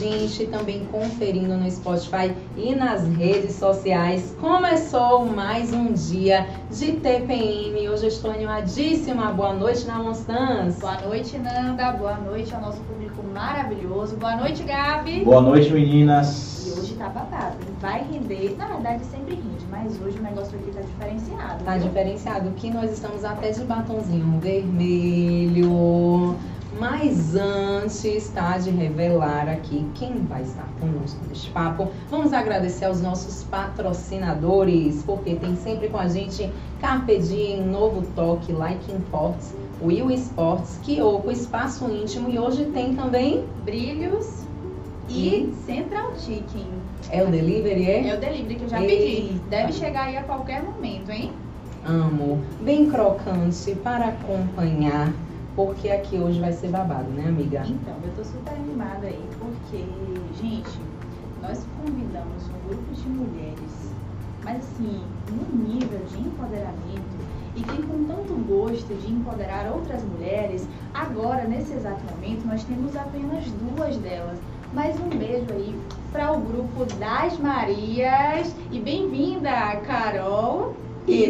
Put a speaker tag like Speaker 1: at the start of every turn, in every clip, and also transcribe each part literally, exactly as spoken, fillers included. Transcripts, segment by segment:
Speaker 1: gente, também conferindo no Spotify e nas redes sociais. Começou mais um dia de T P M. Hoje eu estou animadíssima. Boa noite, Namonstans.
Speaker 2: Boa noite, Nanda. Boa noite ao nosso público maravilhoso. Boa noite, Gabi.
Speaker 3: Boa noite, meninas.
Speaker 2: E hoje tá babado. Vai render. Na verdade, sempre rende, mas hoje o negócio aqui tá diferenciado.
Speaker 1: Tá
Speaker 2: viu?
Speaker 1: diferenciado, que nós estamos até de batonzinho vermelho. Mas antes, tá, de revelar aqui quem vai estar conosco neste papo, vamos agradecer aos nossos patrocinadores, porque tem sempre com a gente Carpe Diem, Novo Toque, Like Imports, Will Sports, Kiyoko, Espaço Íntimo e hoje tem também
Speaker 2: Brilhos e, e Central Chicken.
Speaker 1: É o delivery, é?
Speaker 2: É o delivery que eu já
Speaker 1: Eita.
Speaker 2: pedi. Deve chegar aí a qualquer momento, hein?
Speaker 1: Amo. Bem crocante para acompanhar. Porque aqui hoje vai ser babado, né, amiga?
Speaker 2: Então, eu tô super animada aí, porque, gente, nós convidamos um grupo de mulheres, mas assim, num nível de empoderamento, e que com tanto gosto de empoderar outras mulheres, agora, nesse exato momento, nós temos apenas duas delas. Mas um beijo aí para o grupo das Marias, e bem-vinda, Carol
Speaker 1: e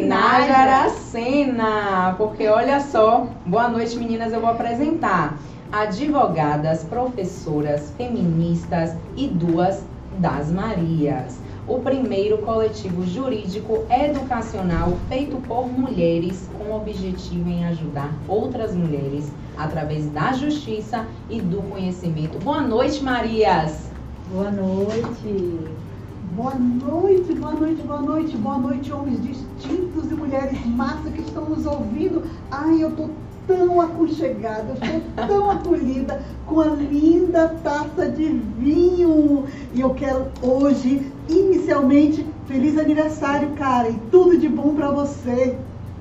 Speaker 1: Najaracena, porque olha só, boa noite meninas, eu vou apresentar advogadas, professoras, feministas e duas das Marias. O primeiro coletivo jurídico educacional feito por mulheres com o objetivo em ajudar outras mulheres através da justiça e do conhecimento. Boa noite, Marias!
Speaker 4: Boa noite!
Speaker 5: Boa noite, boa noite, boa noite, boa noite, homens distintos e mulheres massa que estão nos ouvindo. Ai, eu tô tão aconchegada, eu estou tão acolhida com a linda taça de vinho. E eu quero hoje, inicialmente, feliz aniversário, cara, e tudo de bom pra você.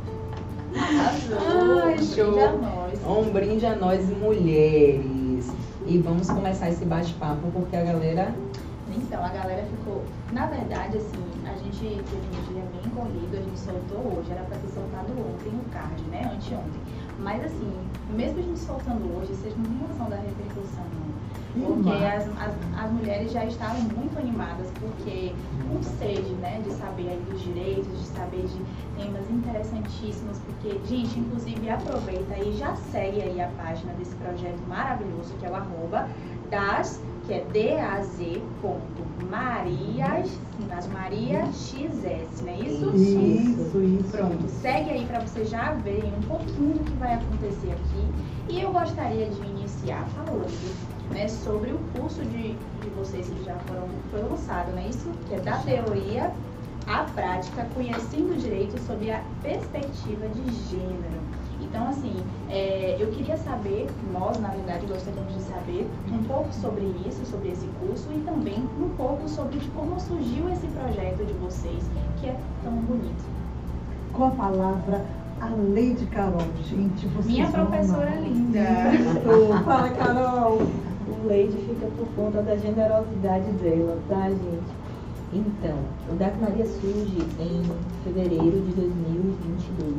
Speaker 2: Arrasou.
Speaker 1: Ai, show!
Speaker 2: Um brinde a nós.
Speaker 1: Um brinde a nós, mulheres. E vamos começar esse bate-papo, porque a galera...
Speaker 2: Então, a galera ficou... Na verdade, assim, a gente teve um dia bem corrido, a gente soltou hoje, era pra ter soltado ontem o card, né? Anteontem. Mas, assim, mesmo a gente soltando hoje, vocês não têm noção da repercussão, não. Porque as, as, as mulheres já estavam muito animadas, porque com sede, né, de saber aí dos direitos, de saber de temas interessantíssimos, porque, gente, inclusive aproveita e já segue aí a página desse projeto maravilhoso, que é o arroba das, que é daz.marias, das Maria X S, não é isso?
Speaker 5: Isso, isso.
Speaker 2: Pronto, segue aí para vocês já verem um pouquinho do que vai acontecer aqui. E eu gostaria de iniciar falando, né, sobre o curso de, de vocês que já foram, foi lançado, não é isso? Que é da teoria à prática, conhecendo o direito sob a perspectiva de gênero. Então, assim, é, eu queria saber, nós, na verdade, gostaríamos de saber um pouco sobre isso, sobre esse curso e também um pouco sobre de como surgiu esse projeto de vocês, que é tão bonito.
Speaker 5: Com a palavra, a Lady Carol, gente, vocês
Speaker 2: Minha
Speaker 5: vão
Speaker 2: professora
Speaker 5: amar.
Speaker 2: linda.
Speaker 5: Isso. Fala, Carol.
Speaker 4: O Lady fica por conta da generosidade dela, tá, gente? Então, o Das Marias surge em fevereiro de dois mil e vinte e dois,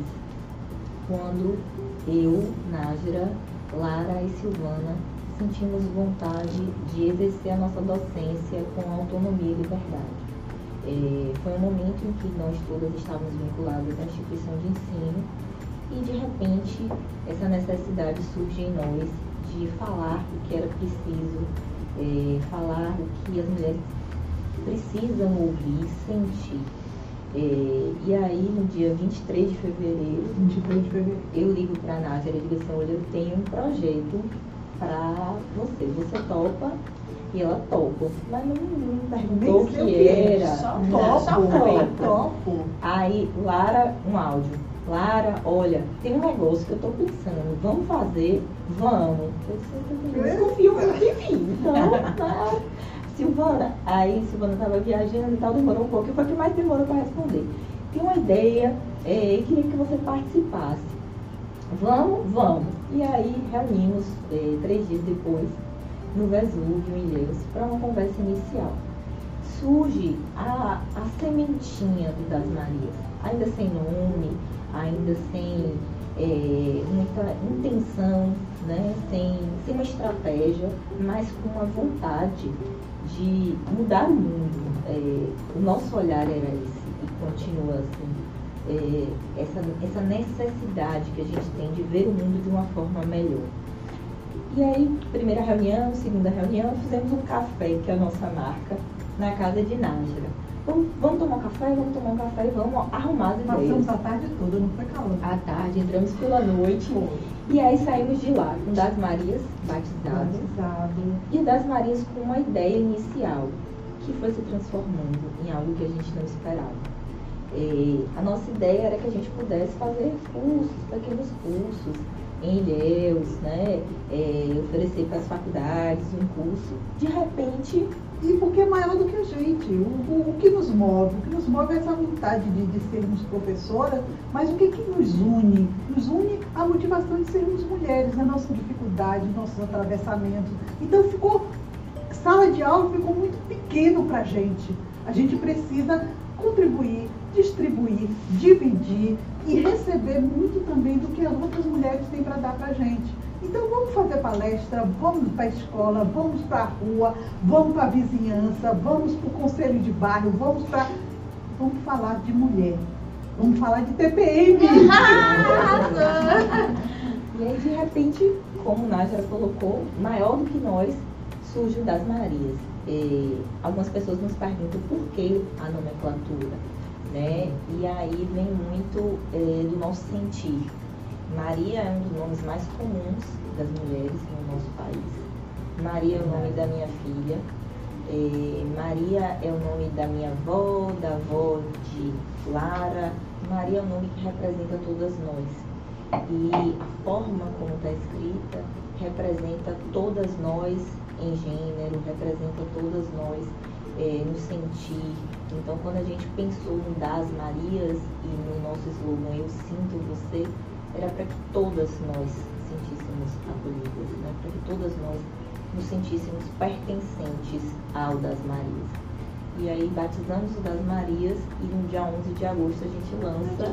Speaker 4: quando eu, Nájera, Lara e Silvana sentimos vontade de exercer a nossa docência com autonomia e liberdade. É, foi um momento em que nós todas estávamos vinculadas à instituição de ensino e, de repente, essa necessidade surge em nós de falar o que era preciso, é, falar o que as mulheres precisam ouvir, sentir. É, e aí, no dia vinte e três de fevereiro,
Speaker 5: vinte e três de fevereiro.
Speaker 4: eu ligo para a Nádia e digo assim, olha, eu tenho um projeto para você, você topa? E ela topa, mas não, não perguntou o que, que era.
Speaker 2: Só
Speaker 4: Não,
Speaker 2: só
Speaker 4: foi.
Speaker 2: foi.
Speaker 5: Topo.
Speaker 4: Aí, Lara, um áudio. Lara, olha, tem um negócio que eu tô pensando, vamos fazer? Vamos. Eu disse, eu confio muito em mim, então, não. Silvana, aí Silvana estava viajando e tal, demorou um pouco, e foi o que mais demorou para responder. Tem uma ideia, é, queria que você participasse. Vamos? Vamos. E aí reunimos, é, três dias depois, no Vesúvio, em Ilhéus, para uma conversa inicial. Surge a, a sementinha do Das Marias, ainda sem nome, ainda sem é, muita intenção, né? sem, sem uma estratégia, mas com uma vontade de mudar o mundo. É, o nosso olhar era esse e continua assim. É, essa, essa necessidade que a gente tem de ver o mundo de uma forma melhor. E aí, primeira reunião, segunda reunião, fizemos um café, que é a nossa marca, na casa de Nájera. Vamos, vamos tomar um café, vamos tomar um café e vamos arrumar as ideias.
Speaker 5: Passamos a tarde toda, não foi calor?
Speaker 4: À tarde, entramos pela noite. E aí saímos de lá com Das Marias batizado.
Speaker 5: Batizado.
Speaker 4: E Das Marias com uma ideia inicial, que foi se transformando em algo que a gente não esperava. E a nossa ideia era que a gente pudesse fazer cursos, pequenos cursos em Ilhéus, né? É, oferecer para as faculdades um curso. De repente...
Speaker 5: E porque é maior do que a gente. O, o, o que nos move? O que nos move é essa vontade de, de sermos professoras, mas o que, que nos une? Nos une a motivação de sermos mulheres, a nossa dificuldade, nossos atravessamentos. Então ficou... Sala de aula ficou muito pequeno para a gente. A gente precisa contribuir, distribuir, dividir e receber muito também do que as outras mulheres têm para dar para a gente. Então vamos fazer palestra, vamos para a escola, vamos para a rua, vamos para a vizinhança, vamos para o conselho de bairro, vamos para... Vamos falar de mulher, vamos falar de T P M.
Speaker 4: E aí de repente, como Nájera colocou, maior do que nós, surge o Das Marias. E algumas pessoas nos perguntam por que a nomenclatura, né? E aí vem muito é, do nosso sentir. Maria é um dos nomes mais comuns das mulheres no nosso país. Maria é o nome da minha filha. É, Maria é o nome da minha avó, da avó de Lara. Maria é o nome que representa todas nós. E a forma como está escrita representa todas nós em gênero, representa todas nós é, no sentir. Então, quando a gente pensou no Das Marias e no nosso slogan Eu Sinto Você, era para que todas nós sentíssemos acolhidas, né? Para que todas nós nos sentíssemos pertencentes ao Das Marias. E aí batizamos o Das Marias e no dia onze de agosto a gente lança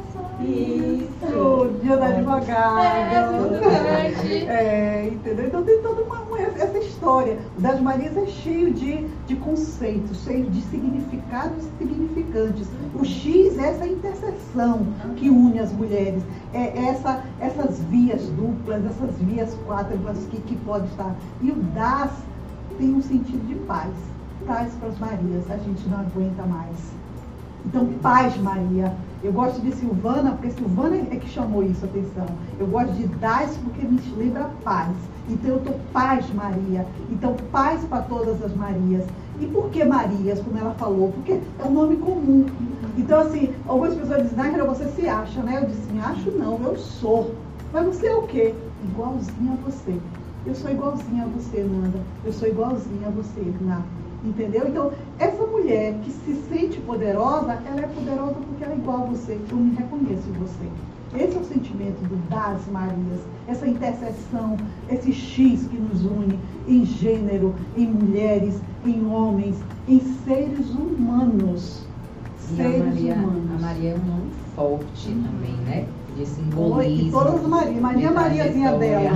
Speaker 4: isso,
Speaker 5: o dia da advogada.
Speaker 2: É,
Speaker 5: é, entendeu? Então tem toda uma, uma, essa história. O Das Marias é cheio de, de conceitos, cheio de significados e significantes. O X é essa interseção que une as mulheres. É essa, essas vias duplas, essas vias quádruplas que, que pode estar. E o Das tem um sentido de paz. Paz para as Marias, a gente não aguenta mais. Então, paz, Maria. Eu gosto de Silvana, porque Silvana é que chamou isso a atenção. Eu gosto de Das porque me lembra paz. Então, eu estou paz, Maria. Então, paz para todas as Marias. E por que Marias, como ela falou? Porque é um nome comum. Então, assim, algumas pessoas dizem, Nájera, você se acha, né? Eu disse, me acho não, eu sou. Mas você é o quê? Igualzinha a você. Eu sou igualzinha a você, Nanda. Eu sou igualzinha a você, Ná. Entendeu? Então, essa mulher que se sente poderosa, ela é poderosa porque ela é igual a você. Eu me reconheço em você. Esse é o sentimento do Das Marias. Essa interseção, esse X que nos une em gênero, em mulheres, em homens, em seres humanos.
Speaker 1: E
Speaker 5: Seres
Speaker 1: a Maria,
Speaker 5: humanos.
Speaker 1: a Maria é um nome forte
Speaker 5: Hum.
Speaker 1: também, né? De
Speaker 5: Oi,
Speaker 1: simbolismo.
Speaker 5: e todas as Marias. Imagina a
Speaker 1: de
Speaker 5: Mariazinha
Speaker 1: trajetória.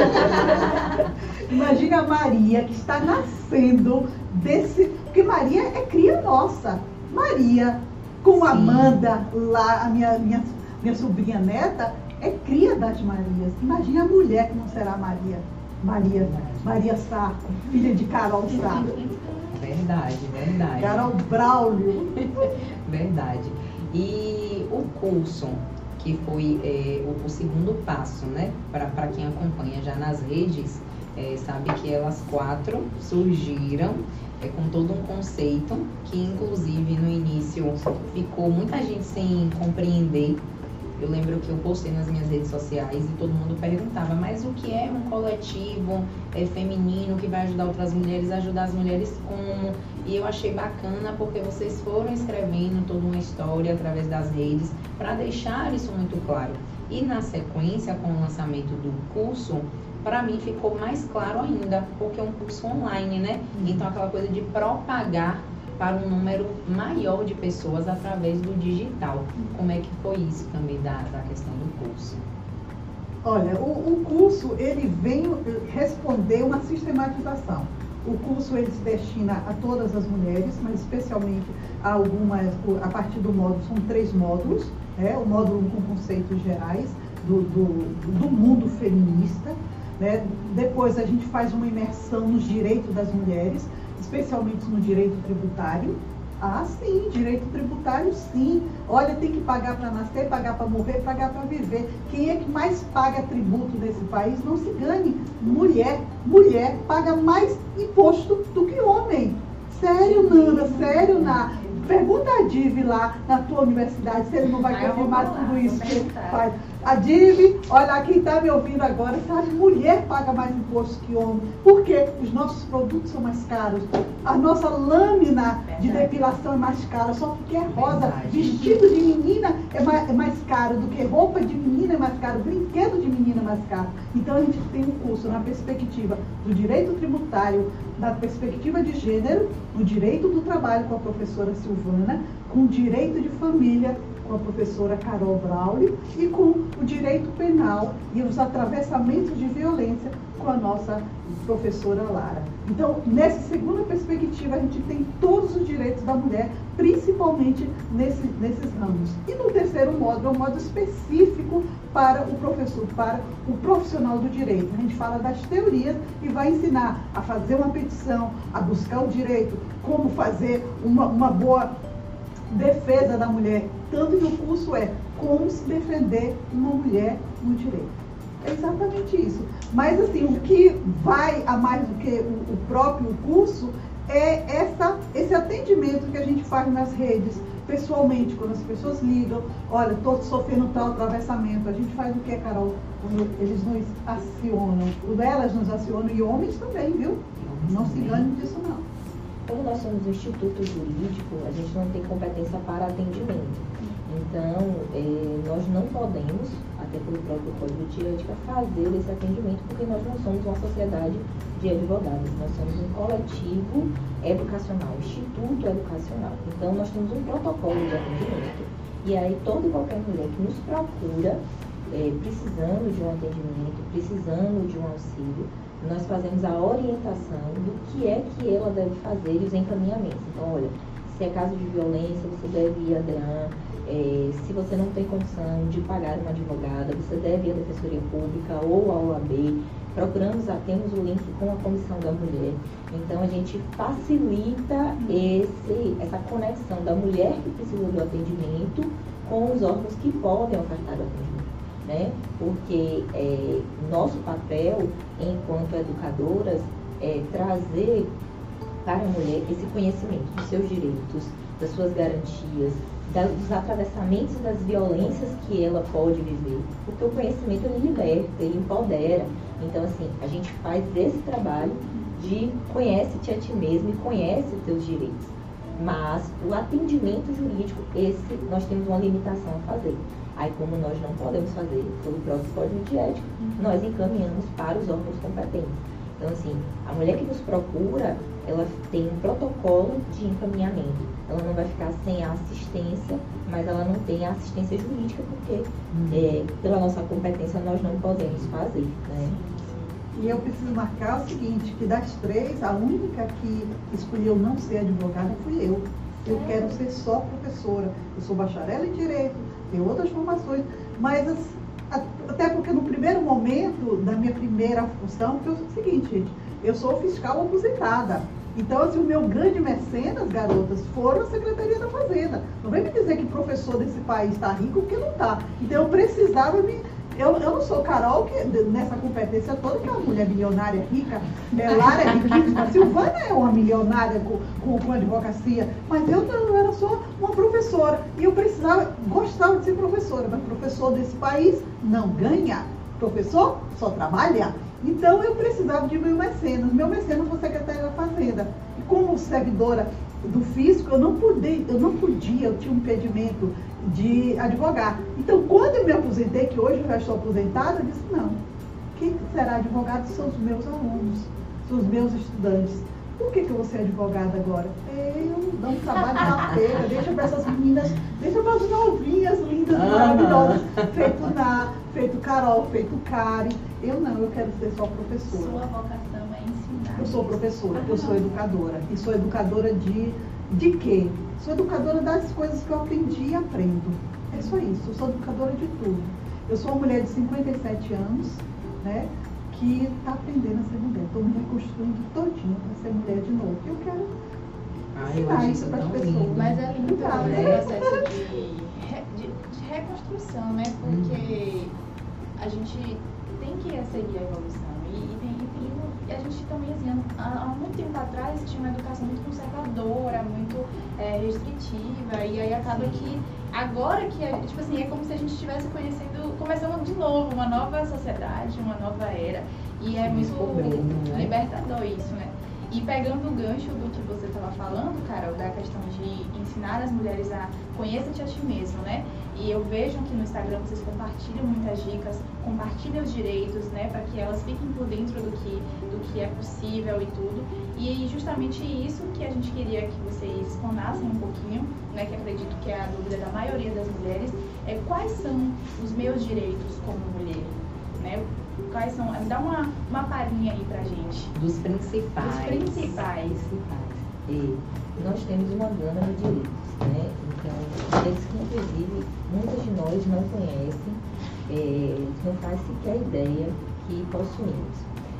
Speaker 5: dela. Imagina a Maria que está nascendo desse... Porque Maria é cria nossa. Maria, com
Speaker 1: Sim.
Speaker 5: Amanda, lá, a minha, minha, minha sobrinha neta, é cria das Marias. Imagina a mulher que não será Maria. Maria, Maria Sá, filha de Carol Sá.
Speaker 1: Verdade, verdade.
Speaker 5: Carol Braulio.
Speaker 1: Verdade. E o curso, que foi é, o, o segundo passo, né? Para quem acompanha já nas redes, é, sabe que elas quatro surgiram é, com todo um conceito que, inclusive, no início ficou muita gente sem compreender. Eu lembro que eu postei nas minhas redes sociais e todo mundo perguntava, mas o que é um coletivo é, feminino que vai ajudar outras mulheres, ajudar as mulheres como? E eu achei bacana porque vocês foram escrevendo toda uma história através das redes para deixar isso muito claro. E na sequência, com o lançamento do curso, para mim ficou mais claro ainda, porque é um curso online, né? Então aquela coisa de propagar para um número maior de pessoas através do digital. Como é que foi isso também da, da questão do curso?
Speaker 5: Olha, o, o curso, ele vem responder uma sistematização. O curso, ele se destina a todas as mulheres, mas especialmente a algumas, a partir do módulo, são três módulos, né? O módulo um com conceitos gerais do, do, do mundo feminista, né? Depois a gente faz uma imersão nos direitos das mulheres, especialmente no direito tributário. Ah, sim, direito tributário, sim. Olha, tem que pagar para nascer, pagar para morrer, pagar para viver. Quem é que mais paga tributo nesse país? Não se engane. Mulher, mulher paga mais imposto do que homem. Sério, Nanda, sério, Ná. Pergunta a Div lá na tua universidade se ele não vai confirmar tudo isso que ele faz. A Div, olha, quem está me ouvindo agora, sabe, mulher paga mais imposto que homem. Por quê? Os nossos produtos são mais caros. A nossa lâmina de depilação é mais cara, só porque é rosa. Vestido de menina é mais, é mais caro do que roupa de menina é mais caro, brinquedo de menina é mais caro. Então a gente tem um curso na perspectiva do direito tributário, na perspectiva de gênero, no direito do trabalho com a professora Silvana, com o direito de família com a professora Carol Braulio e com o direito penal e os atravessamentos de violência com a nossa professora Lara. Então, nessa segunda perspectiva, a gente tem todos os direitos da mulher, principalmente nesse, nesses ramos. E no terceiro módulo, é um módulo específico para o professor, para o profissional do direito. A gente fala das teorias e vai ensinar a fazer uma petição, a buscar o direito, como fazer uma, uma boa defesa da mulher. Tanto que o curso é como se defender uma mulher no direito. É exatamente isso. Mas, assim, o que vai a mais do que o, o próprio curso é essa, esse atendimento que a gente faz nas redes, pessoalmente, quando as pessoas ligam, olha, estou sofrendo tal atravessamento. A gente faz o que, Carol? Quando eles nos acionam. Elas nos acionam e homens também, viu? Não se engane disso, não.
Speaker 4: Como nós somos um instituto jurídico, a gente não tem competência para atendimento. Então, eh, nós não podemos, até pelo próprio Código de Ética, fazer esse atendimento, porque nós não somos uma sociedade de advogados, nós somos um coletivo educacional, instituto educacional. Então, nós temos um protocolo de atendimento. E aí, toda e qualquer mulher que nos procura, eh, precisando de um atendimento, precisando de um auxílio, nós fazemos a orientação do que é que ela deve fazer e os encaminhamentos. Então, olha, se é caso de violência, você deve ir a DEAN. É, se você não tem condição de pagar uma advogada, você deve ir à Defensoria Pública ou à O A B. Procuramos, temos o link com a Comissão da Mulher. Então, a gente facilita esse, essa conexão da mulher que precisa do atendimento com os órgãos que podem ofertar o atendimento. Né? Porque é, nosso papel, enquanto educadoras, é trazer para a mulher esse conhecimento dos seus direitos, das suas garantias, da, dos atravessamentos e das violências que ela pode viver. Porque o conhecimento, ele liberta, ele empodera. Então, assim, a gente faz esse trabalho de conhece-te a ti mesmo e conhece os teus direitos. Mas o atendimento jurídico, esse nós temos uma limitação a fazer. Aí, como nós não podemos fazer pelo próprio Código de Ética, nós encaminhamos para os órgãos competentes. Então, assim, a mulher que nos procura, ela tem um protocolo de encaminhamento. Ela não vai ficar sem a assistência, mas ela não tem a assistência jurídica, porque, hum. é, pela nossa competência, nós não podemos fazer, né?
Speaker 5: E eu preciso marcar o seguinte, que das três, a única que escolheu não ser advogada fui eu. Eu quero ser só professora. Eu sou bacharel em Direito, tenho outras formações, mas até porque no primeiro momento da minha primeira função, porque eu sou o seguinte, gente, eu sou fiscal aposentada. Então, assim, o meu grande mecenas, garotas, foram a Secretaria da Fazenda. Não vem me dizer que professor desse país está rico, porque não está. Então, eu precisava me... Eu, eu não sou Carol, que nessa competência toda, que é uma mulher milionária, rica, é, Lara é riquíssima, Silvana é uma milionária com, com, com advocacia, mas eu não, eu era só uma professora. E eu precisava, gostava de ser professora, mas professor desse país não ganha. Professor só trabalha. Então eu precisava de meu mecenas. Meu mecenas foi secretária da Fazenda. E como servidora do físico, eu não podia, eu não podia, eu tinha um impedimento de advogar. Então, quando eu me aposentei, que hoje eu já estou aposentada, eu disse, não, quem será advogado são os meus alunos, são os meus estudantes. Por que, que eu vou ser advogada agora? Eu dou um trabalho na feira, deixa para essas meninas, deixa para as novinhas lindas, maravilhosas, feito na feito Carol, feito Karen. Eu não, eu quero ser só professora.
Speaker 2: Sua vocação é ensinar.
Speaker 5: Eu sou professora, eu sou educadora. E sou educadora de, de quê? Sou educadora das coisas que eu aprendi e aprendo. É só isso, eu sou educadora de tudo. Eu sou uma mulher de cinquenta e sete anos, né, que está aprendendo a ser mulher. Estou me reconstruindo todinha para ser mulher de novo. Eu quero
Speaker 1: Ah, eu
Speaker 5: ensinar
Speaker 1: acho
Speaker 5: isso
Speaker 1: isso
Speaker 5: para as
Speaker 1: tão
Speaker 5: pessoas.
Speaker 1: lindo.
Speaker 2: Mas é lindo
Speaker 5: Tá,
Speaker 2: esse
Speaker 5: né?
Speaker 2: processo de, re- de, de reconstrução, né? Porque a gente tem que seguir a evolução. E, e, tem, e, tem, e a gente também, assim, há, há muito tempo atrás tinha uma educação muito conservadora, muito é, restritiva. E aí acaba que agora que, a, tipo assim, é como se a gente estivesse conhecendo, começando de novo uma nova sociedade, uma nova era. E é
Speaker 1: Se
Speaker 2: muito
Speaker 1: descobrindo, né?
Speaker 2: libertador isso, né? E pegando o gancho do que você estava falando, Carol, da questão de ensinar as mulheres a conheça-te a ti mesmo, né? E eu vejo que no Instagram vocês compartilham muitas dicas, compartilham os direitos, né? Para que elas fiquem por dentro do que, do que é possível e tudo. E justamente isso que a gente queria que vocês explanassem um pouquinho, né? Que acredito que é a dúvida da maioria das mulheres, é quais são os meus direitos como mulher, né? Quais são? Dá uma, uma palhinha aí pra gente.
Speaker 1: Dos principais.
Speaker 2: Os principais.
Speaker 4: Principais. E nós temos uma gama de direitos, né? Então, eles que inclusive muitas de nós não conhecem, é, não faz sequer ideia que possuímos.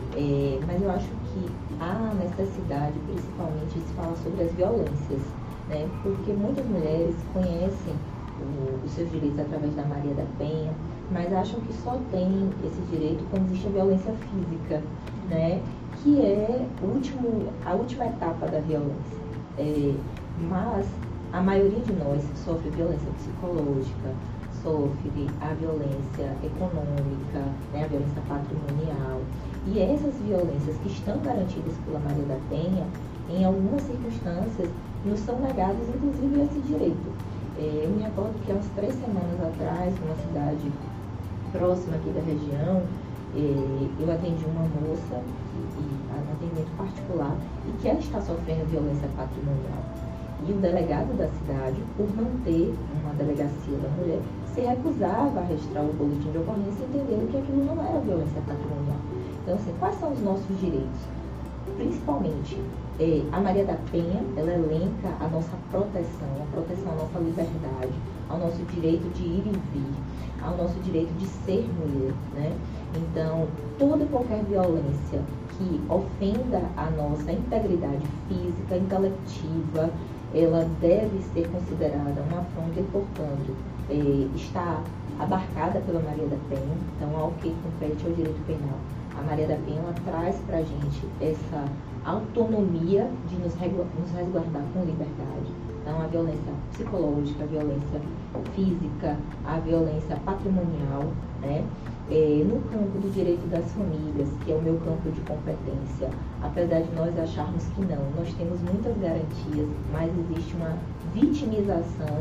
Speaker 4: É, mas eu acho que há necessidade, principalmente, de se falar sobre as violências, né? Porque muitas mulheres conhecem o, os seus direitos através da Maria da Penha, mas acham que só tem esse direito quando existe a violência física, né? Que é o último, a última etapa da violência. É, mas a maioria de nós sofre violência psicológica, sofre a violência econômica, né? A violência patrimonial. E essas violências que estão garantidas pela Maria da Penha, em algumas circunstâncias, nos são negadas, inclusive, esse direito. É, eu me recordo que há umas três semanas atrás, numa cidade próxima aqui da região, eh, eu atendi uma moça, e, um atendimento particular, e que ela está sofrendo violência patrimonial. E o delegado da cidade, por não ter uma delegacia da mulher, se recusava a registrar o boletim de ocorrência, entendendo que aquilo não era violência patrimonial. Então, assim, quais são os nossos direitos? Principalmente, eh, a Maria da Penha, ela elenca a nossa proteção, a proteção à nossa liberdade, ao nosso direito de ir e vir, ao nosso direito de ser mulher, né? Então, toda e qualquer violência que ofenda a nossa integridade física, intelectiva, ela deve ser considerada uma afronta e, portanto, eh, está abarcada pela Maria da Penha. Então, ao que compete ao direito penal, a Maria da Penha ela traz para a gente essa autonomia de nos resguardar com liberdade. Então, a violência psicológica, a violência física, a violência patrimonial, né? É, no campo do direito das famílias, que é o meu campo de competência, apesar de nós acharmos que não, nós temos muitas garantias, mas existe uma vitimização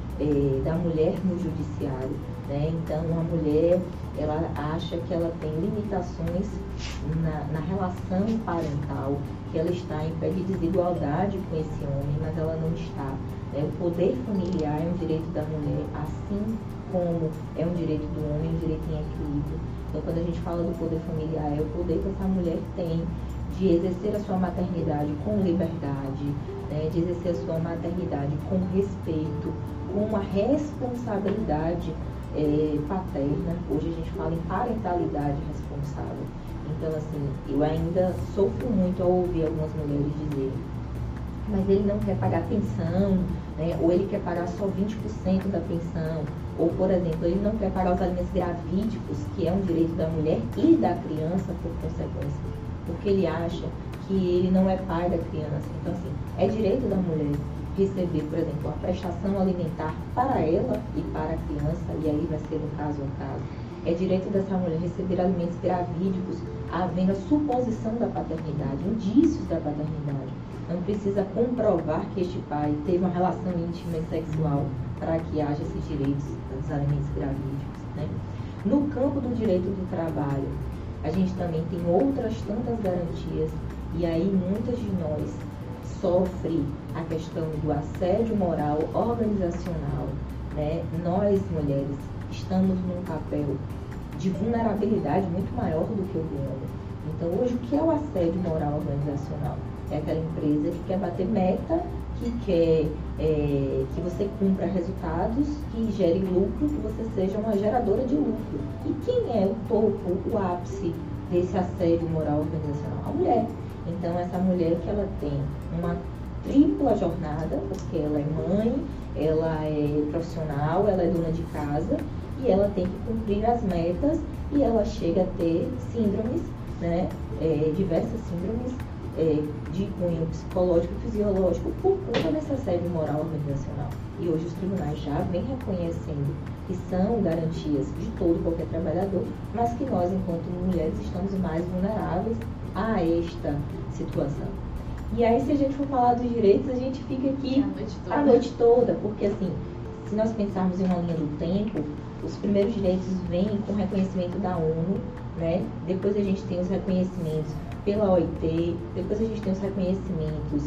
Speaker 4: é, da mulher no judiciário, né? Então, a mulher, ela acha que ela tem limitações na, na relação parental, que ela está em pé de desigualdade com esse homem, mas ela não está. É, o poder familiar é um direito da mulher, assim como é um direito do homem, um direito em equilíbrio. Então, quando a gente fala do poder familiar, é o poder que essa mulher tem de exercer a sua maternidade com liberdade, né, de exercer a sua maternidade com respeito, com uma responsabilidade é, paterna. Hoje a gente fala em parentalidade responsável. Então, assim, eu ainda sofro muito ao ouvir algumas mulheres dizerem: mas ele não quer pagar pensão, né? Ou ele quer pagar só vinte por cento da pensão, ou, por exemplo, ele não quer pagar os alimentos gravídicos, que é um direito da mulher e da criança, por consequência, porque ele acha que ele não é pai da criança. Então, assim, é direito da mulher receber, por exemplo, a prestação alimentar para ela e para a criança, e aí vai ser no caso a caso. É direito dessa mulher receber alimentos gravídicos, havendo a suposição da paternidade, indícios da paternidade. Não precisa comprovar que este pai teve uma relação íntima e sexual para que haja esses direitos dos alimentos gravídicos, né? No campo do direito do trabalho, a gente também tem outras tantas garantias, e aí muitas de nós sofrem a questão do assédio moral organizacional, né? Nós, mulheres, estamos num papel de vulnerabilidade muito maior do que o do homem. Então, hoje, o que é o assédio moral organizacional? É aquela empresa que quer bater meta, que quer é, que você cumpra resultados, que gere lucro, que você seja uma geradora de lucro. E quem é o topo, o ápice desse assédio moral organizacional? A mulher. Então, essa mulher que ela tem uma tripla jornada, porque ela é mãe, ela é profissional, ela é dona de casa, e ela tem que cumprir as metas, e ela chega a ter síndromes, né, é, diversas síndromes é, de cunho psicológico e fisiológico por conta desse assédio moral organizacional. E hoje os tribunais já vêm reconhecendo que são garantias de todo e qualquer trabalhador, mas que nós, enquanto mulheres, estamos mais vulneráveis a esta situação. E aí, se a gente for falar dos direitos, a gente fica aqui
Speaker 2: a noite toda,
Speaker 4: a noite toda porque assim, se nós pensarmos em uma linha do tempo, os primeiros direitos vêm com reconhecimento da ONU, né? Depois a gente tem os reconhecimentos pela O I T, depois a gente tem os reconhecimentos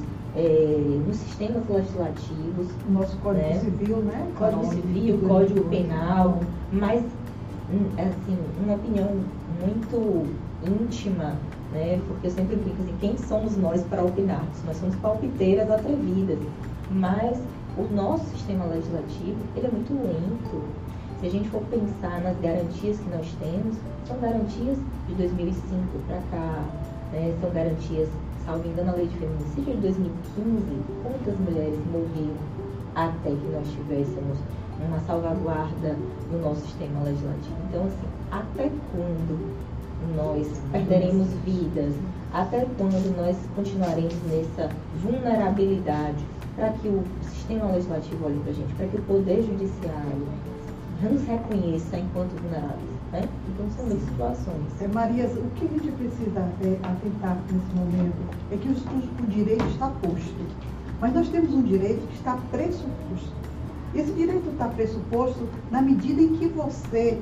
Speaker 4: é, nos sistemas legislativos.
Speaker 5: O nosso Código
Speaker 4: né?
Speaker 5: Civil, né?
Speaker 4: Código Civil, Código Penal, mas, assim, uma opinião muito íntima, né? Porque eu sempre brinco assim, quem somos nós para opinarmos? Nós somos palpiteiras atrevidas, mas o nosso sistema legislativo, ele é muito lento. Se a gente for pensar nas garantias que nós temos, são garantias de dois mil e cinco para cá, né? São garantias, salvo engano, a lei de feminicídio de dois mil e quinze, quantas mulheres morreram até que nós tivéssemos uma salvaguarda no nosso sistema legislativo. Então, assim, até quando nós perderemos vidas, até quando nós continuaremos nessa vulnerabilidade para que o sistema legislativo olhe para a gente, para que o poder judiciário nos reconheça enquanto vulneráveis, né? Então são essas situações.
Speaker 5: É, Maria, o que a gente precisa é, atentar nesse momento é que o, o, o direito está posto, mas nós temos um direito que está pressuposto. Esse direito está pressuposto na medida em que você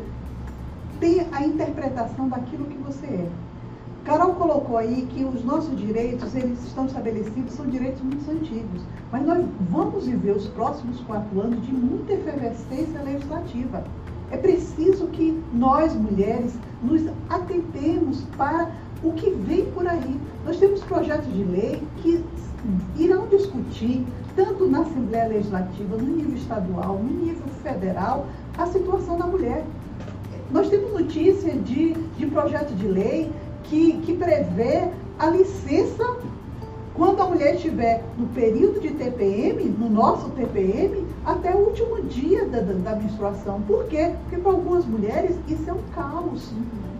Speaker 5: tem a interpretação daquilo que você é. Carol colocou aí que os nossos direitos, eles estão estabelecidos, são direitos muito antigos. Mas nós vamos viver os próximos quatro anos de muita efervescência legislativa. É preciso que nós, mulheres, nos atentemos para o que vem por aí. Nós temos projetos de lei que irão discutir, tanto na Assembleia Legislativa, no nível estadual, no nível federal, a situação da mulher. Nós temos notícia de, de projeto de lei que, que prevê a licença quando a mulher estiver no período de T P M, no nosso T P M, até o último dia da, da, da menstruação. Por quê? Porque para algumas mulheres isso é um caos.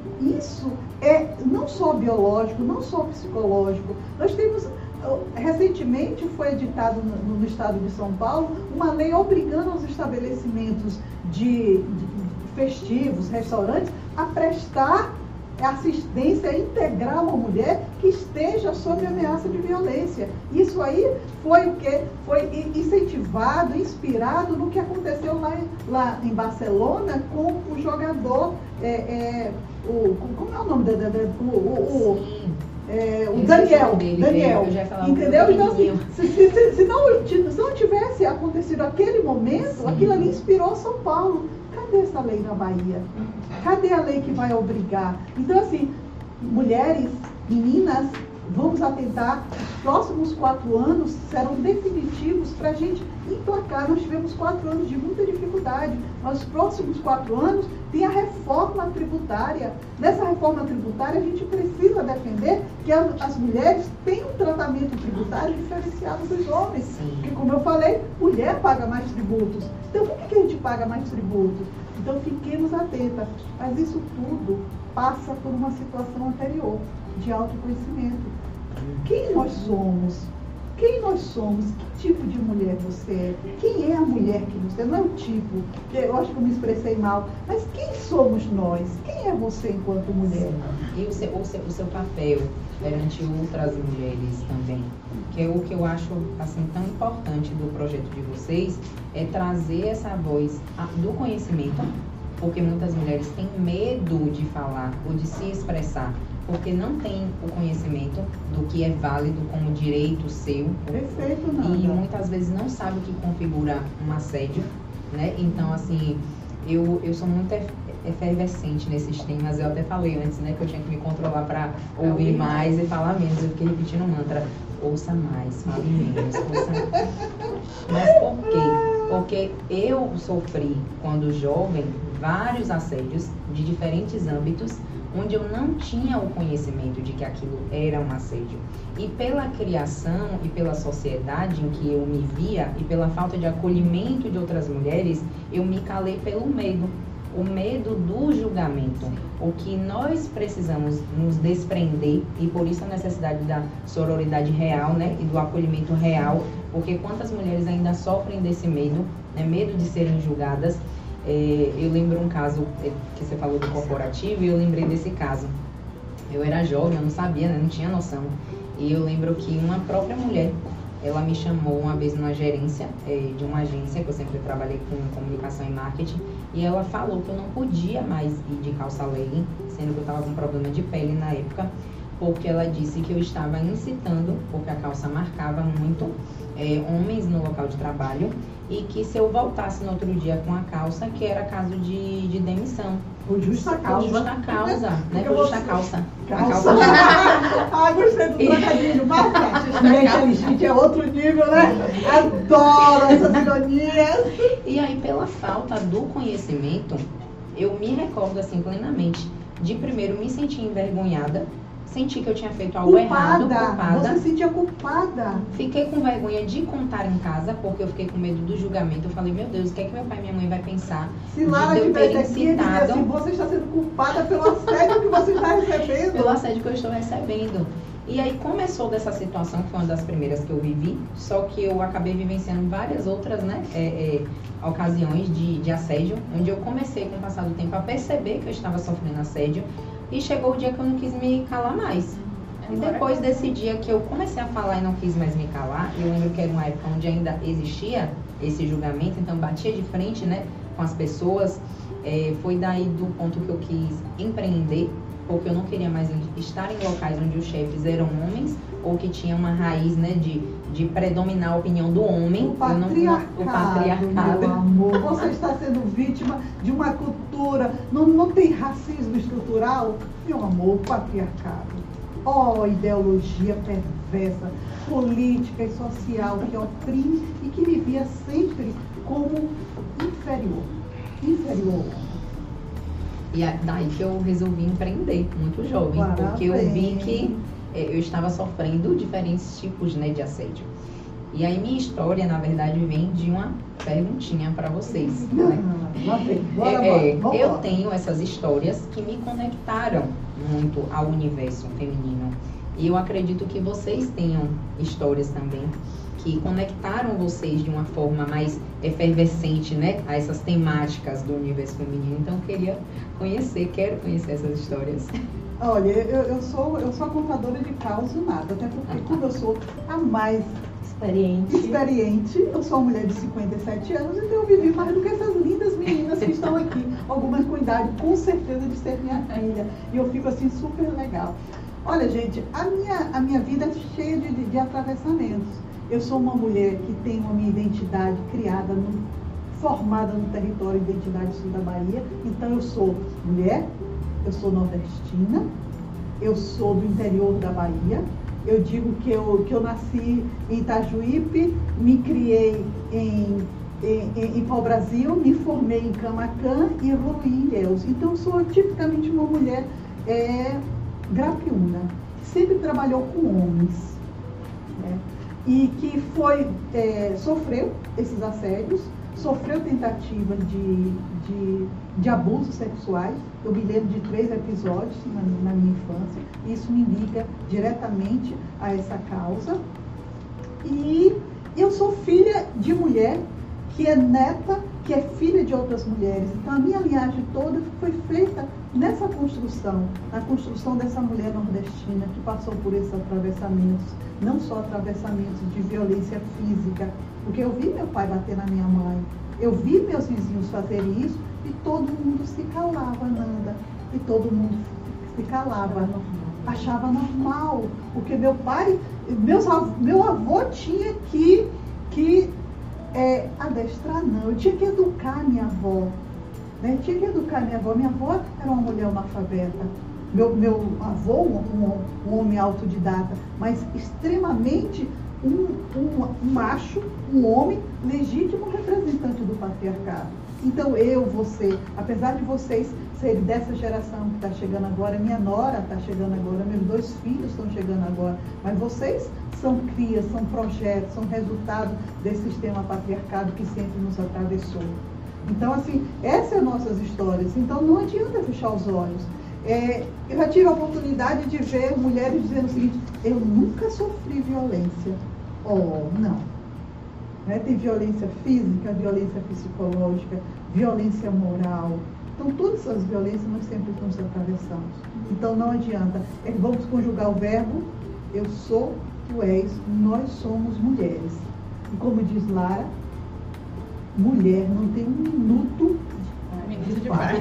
Speaker 5: Isso é não só biológico, não só psicológico. Nós temos, recentemente foi editado no, no estado de São Paulo uma lei obrigando os estabelecimentos de, de festivos, restaurantes, a prestar assistência integral à mulher que esteja sob ameaça de violência. Isso aí foi o que foi incentivado, inspirado no que aconteceu lá, lá em Barcelona com o jogador, é, é, o, como é o nome da, o, o, o, é, o Daniel,
Speaker 1: dele,
Speaker 5: Daniel, entendeu? Então, assim, se, se, se, se, não, se não tivesse acontecido aquele momento, sim, aquilo ali inspirou São Paulo. Cadê essa lei na Bahia? Cadê a lei que vai obrigar? Então, assim, mulheres, meninas, vamos atentar. Os próximos quatro anos serão definitivos para a gente emplacar. Nós tivemos quatro anos de muita dificuldade, mas os próximos quatro anos tem a reforma tributária. Nessa reforma tributária, a gente precisa defender que as, as mulheres tenham um tratamento tributário diferenciado dos homens. Sim. Porque, como eu falei, mulher paga mais tributos. Então, por que, que a gente paga mais tributos? Então, fiquemos atentas. Mas isso tudo passa por uma situação anterior, de autoconhecimento. Quem nós somos? Quem nós somos? Que tipo de mulher você é? Quem é a mulher que você é? Não é o tipo, eu acho que eu me expressei mal, mas quem somos nós? Quem é você enquanto mulher?
Speaker 1: E o seu, o seu, o seu papel perante outras mulheres também, que é o que eu acho assim, tão importante do projeto de vocês, é trazer essa voz do conhecimento, porque muitas mulheres têm medo de falar ou de se expressar, porque não tem o conhecimento do que é válido como direito seu.
Speaker 5: Perfeito, não.
Speaker 1: E muitas vezes não sabe o que configura um assédio, né? Então, assim, eu, eu sou muito efervescente nesses temas. Eu até falei antes, né, que eu tinha que me controlar para ouvir mais e falar menos. Eu fiquei repetindo o mantra, ouça mais, fale menos, ouça mais. Mas por quê? Porque eu sofri, quando jovem, vários assédios de diferentes âmbitos, onde eu não tinha o conhecimento de que aquilo era um assédio. E pela criação e pela sociedade em que eu me via, e pela falta de acolhimento de outras mulheres, eu me calei pelo medo. O medo do julgamento. O que nós precisamos nos desprender, e por isso a necessidade da sororidade real, né, e do acolhimento real, porque quantas mulheres ainda sofrem desse medo, né, medo de serem julgadas. É, eu lembro um caso é, que você falou do corporativo, e eu lembrei desse caso. Eu era jovem, eu não sabia, né, não tinha noção. E eu lembro que uma própria mulher, ela me chamou uma vez numa gerência é, de uma agência, que eu sempre trabalhei com comunicação e marketing, e ela falou que eu não podia mais ir de calça legging, sendo que eu estava com problema de pele na época, porque ela disse que eu estava incitando, porque a calça marcava muito é, homens no local de trabalho, e que se eu voltasse no outro dia com a calça, que era caso de, de demissão.
Speaker 5: Por justa causa.
Speaker 1: Por justa causa, né? Por justa calça.
Speaker 5: Calça. Ah, gostei do trocadilho. Marca. Mulher inteligente é outro nível, né? Adoro essas ironias.
Speaker 1: E aí, pela falta do conhecimento, eu me recordo assim plenamente de primeiro me sentir envergonhada, senti que eu tinha feito algo
Speaker 5: culpada.
Speaker 1: errado, culpada.
Speaker 5: Você se sentia culpada.
Speaker 1: Fiquei com vergonha de contar em casa, porque eu fiquei com medo do julgamento. Eu falei, meu Deus, o que é que meu pai e minha mãe vai pensar?
Speaker 5: Se Lara
Speaker 1: de eu ter
Speaker 5: tivesse aqui,
Speaker 1: incitado
Speaker 5: assim, você está sendo culpada pelo assédio que você está recebendo.
Speaker 1: Pelo assédio que eu estou recebendo. E aí começou dessa situação, que foi uma das primeiras que eu vivi, só que eu acabei vivenciando várias outras, né, é, é, ocasiões de, de assédio, onde eu comecei, com o passar do tempo, a perceber que eu estava sofrendo assédio, e chegou o dia que eu não quis me calar mais. E depois desse dia que eu comecei a falar e não quis mais me calar, eu lembro que era uma época onde ainda existia esse julgamento, então batia de frente, né, com as pessoas. É, foi daí do ponto que eu quis empreender, porque eu não queria mais estar em locais onde os chefes eram homens, ou que tinha uma raiz, né, de, de predominar a opinião do homem.
Speaker 5: O patriarcado,
Speaker 1: eu não, o patriarcado.
Speaker 5: Meu amor. Você está sendo vítima de uma cultura. Não, não tem racismo estrutural? Meu amor, patriarcado. Oh, ideologia perversa, política e social que oprime e que me via sempre como inferior. Inferior.
Speaker 1: E é daí que eu resolvi empreender, muito jovem,
Speaker 5: Parabéns.
Speaker 1: Porque eu vi que é, eu estava sofrendo diferentes tipos, né, de assédio. E aí minha história, na verdade, vem de uma perguntinha para vocês. Né?
Speaker 5: Bora,
Speaker 1: é, é,
Speaker 5: bora,
Speaker 1: eu
Speaker 5: bora.
Speaker 1: tenho essas histórias que me conectaram muito ao universo feminino. E eu acredito que vocês tenham histórias também que conectaram vocês de uma forma mais efervescente, né, a essas temáticas do universo feminino. Então, eu queria conhecer, quero conhecer essas histórias.
Speaker 5: Olha, eu, eu, sou, eu sou a contadora de caos nada, até porque como eu sou a mais
Speaker 4: Experiente.
Speaker 5: experiente, eu sou uma mulher de cinquenta e sete anos, então eu vivi mais do que essas lindas meninas que estão aqui, algumas com idade, com certeza, de ser minha filha. E eu fico assim super legal. Olha, gente, a minha, a minha vida é cheia de, de, de atravessamentos. Eu sou uma mulher que tem uma minha identidade criada, no, formada no território de identidade sul da Bahia. Então eu sou mulher, eu sou nordestina, eu sou do interior da Bahia. Eu digo que eu, que eu nasci em Itajuípe, me criei em, em, em Pau-Brasil, me formei em Camaquã e evoluí em Ilhéus. Então eu sou tipicamente uma mulher é, grapiúna, que sempre trabalhou com homens, né? E que foi, é, sofreu esses assédios, sofreu tentativa de, de, de abusos sexuais. Eu me lembro de três episódios na, na minha infância. Isso me liga diretamente a essa causa. E eu sou filha de mulher que é neta, que é filha de outras mulheres. Então a minha linhagem toda foi feita nessa construção, na construção dessa mulher nordestina que passou por esses atravessamentos, não só atravessamentos de violência física, porque eu vi meu pai bater na minha mãe, eu vi meus vizinhos fazerem isso e todo mundo se calava, Nanda, e todo mundo se calava, achava normal, porque meu pai, meus, meu avô tinha que, que é, adestrar, não, eu tinha que educar minha avó. Né? Tinha que educar minha avó. Minha avó era uma mulher analfabeta. Meu, meu avô, um, um, um homem autodidata, mas extremamente um, um, um macho, um homem legítimo representante do patriarcado. Então eu, você, apesar de vocês serem dessa geração que está chegando agora, minha nora está chegando agora, meus dois filhos estão chegando agora, mas vocês são crias, são projetos, são resultado desse sistema patriarcado que sempre nos atravessou. Então, assim, essas são nossas histórias. Então, não adianta fechar os olhos. É, eu já tive a oportunidade de ver mulheres dizendo o seguinte: eu nunca sofri violência. Oh, não. Né? Tem violência física, violência psicológica, violência moral. Então, todas essas violências nós sempre nos atravessamos. Então, não adianta. É, vamos conjugar o verbo eu sou, tu és, nós somos mulheres. E como diz Lara, mulher não tem um minuto
Speaker 2: de, de paz.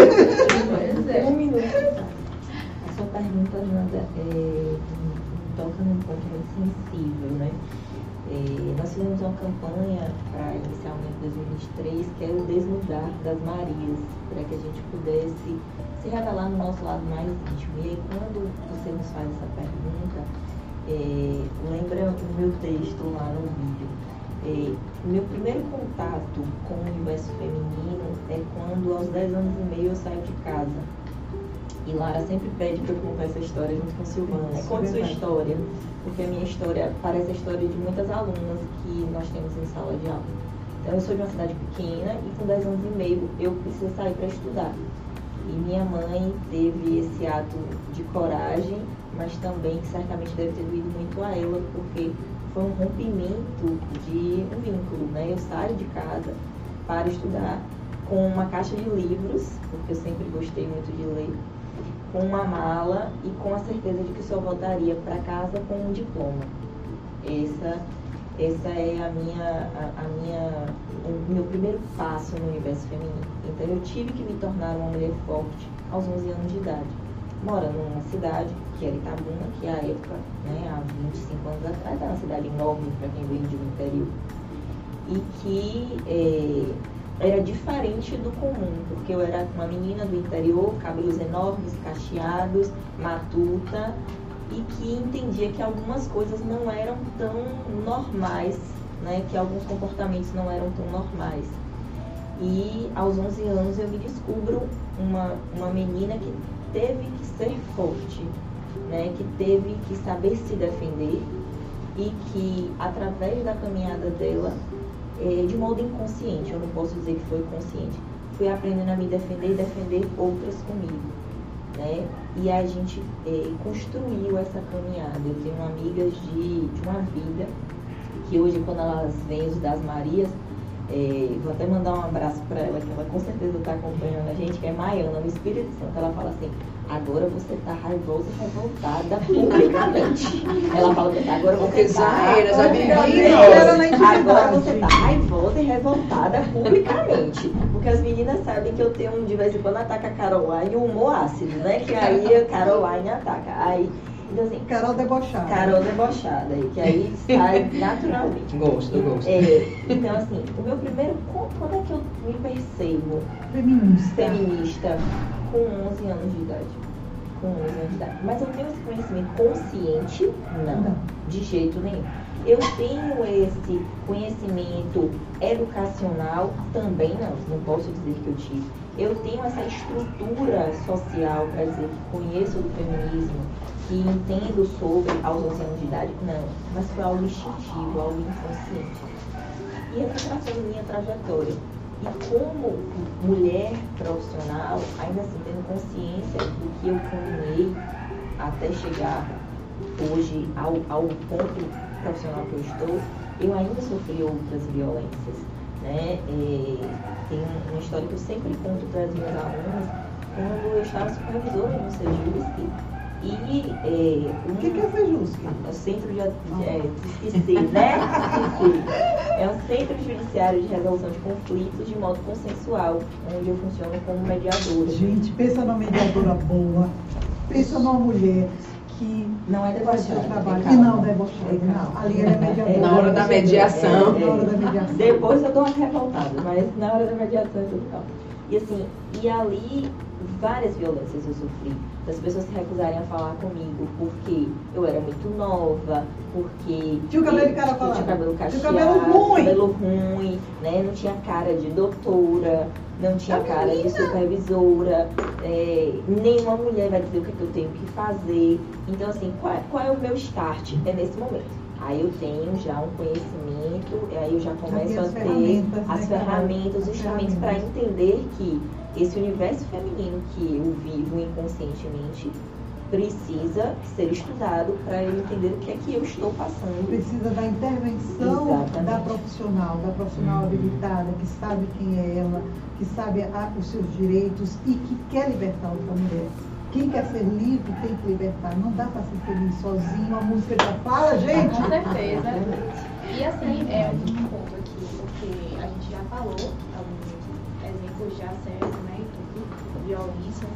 Speaker 4: Um minuto de paz. A sua pergunta, Nanda, é, toca num ponto muito sensível, né? É, nós fizemos uma campanha para inicialmente dois mil e vinte e três, que era o desnudar das Marias, para que a gente pudesse se revelar no nosso lado mais íntimo. E aí, quando você nos faz essa pergunta, é, lembra o meu texto lá no vídeo. É, meu primeiro contato com o universo feminino é quando, aos dez anos e meio, eu saio de casa. E Lara sempre pede para eu contar essa história junto com Silvana. Conte sua história, porque a minha história parece a história de muitas alunas que nós temos em sala de aula. Então, eu sou de uma cidade pequena e com dez anos e meio eu preciso sair para estudar. E minha mãe teve esse ato de coragem, mas também que certamente deve ter doído muito a ela, porque foi um rompimento de um vínculo, né? Eu saio de casa para estudar com uma caixa de livros, porque eu sempre gostei muito de ler, com uma mala e com a certeza de que só voltaria para casa com um diploma. Essa, essa é a minha, a, a minha, o meu primeiro passo no universo feminino. Então eu tive que me tornar uma mulher forte aos onze anos de idade, morando numa cidade que era Itabuna, que à época, né, há vinte e cinco anos atrás, era uma cidade enorme para quem veio de um interior, e que é, era diferente do comum, porque eu era uma menina do interior, cabelos enormes, cacheados, matuta, e que entendia que algumas coisas não eram tão normais, né, que alguns comportamentos não eram tão normais. E aos onze anos eu me descubro uma, uma menina que teve que ser forte, né, que teve que saber se defender e que, através da caminhada dela, é, de modo inconsciente, eu não posso dizer que foi consciente, fui aprendendo a me defender e defender outras comigo, né? E a gente é, construiu essa caminhada. Eu tenho amigas de, de uma vida que hoje, quando elas vêm os das Marias, é, vou até mandar um abraço para ela, que ela com certeza está acompanhando a gente, que é Maiana, no Espírito Santo. Ela fala assim: agora você está raivosa e revoltada publicamente. Ela fala assim: agora você está agora você está raivosa e revoltada publicamente. Porque as meninas sabem que eu tenho, de vez em quando, ataca a Caroline, o humor ácido, né? Que aí a Caroline ataca. Aí, então, assim,
Speaker 5: Carol debochada.
Speaker 4: Carol debochada, que aí sai naturalmente.
Speaker 1: Gosto, gosto.
Speaker 4: É, então, assim, o meu primeiro, quando é que eu me percebo
Speaker 5: Feminista.
Speaker 4: feminista? Com onze anos de idade. Com onze anos de idade. Mas eu tenho esse conhecimento consciente? Não, não. De jeito nenhum. Eu tenho esse conhecimento educacional? Também não. Não posso dizer que eu tive. Eu tenho essa estrutura social para dizer que conheço do feminismo, que entendo sobre aos onze anos de idade? Não. Mas foi algo instintivo, algo inconsciente. E eu fui traçando minha trajetória. E como mulher profissional, ainda assim tendo consciência do que eu caminhei até chegar hoje ao, ao ponto profissional que eu estou, eu ainda sofri outras violências, né? É, tem uma história que eu sempre conto para as minhas alunas, quando eu estava supervisora no Sejusc. E é, um,
Speaker 5: o que, que é Sejusc?
Speaker 4: É o Centro de... É, esqueci, né? Esqueci. É um Centro Judiciário de Resolução de Conflitos de modo consensual, onde eu funciono como mediadora.
Speaker 5: Gente, pensa numa mediadora boa, pensa numa mulher que
Speaker 4: não é debochada,
Speaker 5: trabalho, que não é debochada, não. Ali ela é mediadora.
Speaker 1: Na hora da mediação.
Speaker 5: É, é, na hora da mediação.
Speaker 4: Depois eu dou uma revoltada, mas na hora da mediação é tudo calmo. E assim, E ali, várias violências eu sofri. Das pessoas se recusarem a falar comigo porque eu era muito nova, porque
Speaker 5: tinha o cabelo
Speaker 4: eu,
Speaker 5: encaracolado,
Speaker 4: tinha cabelo cacheado,
Speaker 5: tinha cabelo ruim,
Speaker 4: cabelo ruim, né? Não tinha cara de doutora, não tinha
Speaker 5: a
Speaker 4: cara
Speaker 5: menina.
Speaker 4: de supervisora, é, nenhuma mulher vai dizer o que, é que eu tenho que fazer. Então, assim, qual é, qual é o meu start? É nesse momento. Aí eu tenho já um conhecimento, aí eu já começo
Speaker 5: as
Speaker 4: a ter
Speaker 5: ferramentas,
Speaker 4: as
Speaker 5: né,
Speaker 4: ferramentas, os
Speaker 5: as
Speaker 4: instrumentos para
Speaker 5: ferramentas.
Speaker 4: entender que esse universo feminino que eu vivo inconscientemente precisa ser estudado para eu entender o que é que eu estou passando.
Speaker 5: Precisa da intervenção
Speaker 4: Exatamente.
Speaker 5: da profissional, da profissional habilitada, que sabe quem é ela, que sabe a, os seus direitos e que quer libertar outra mulher. Quem quer ser livre tem que libertar. Não dá para ser feliz sozinho. A música já fala, gente.
Speaker 2: Com certeza. E assim, é um ponto aqui, porque a gente já falou alguns exemplos de assédio, né, e tudo, violência,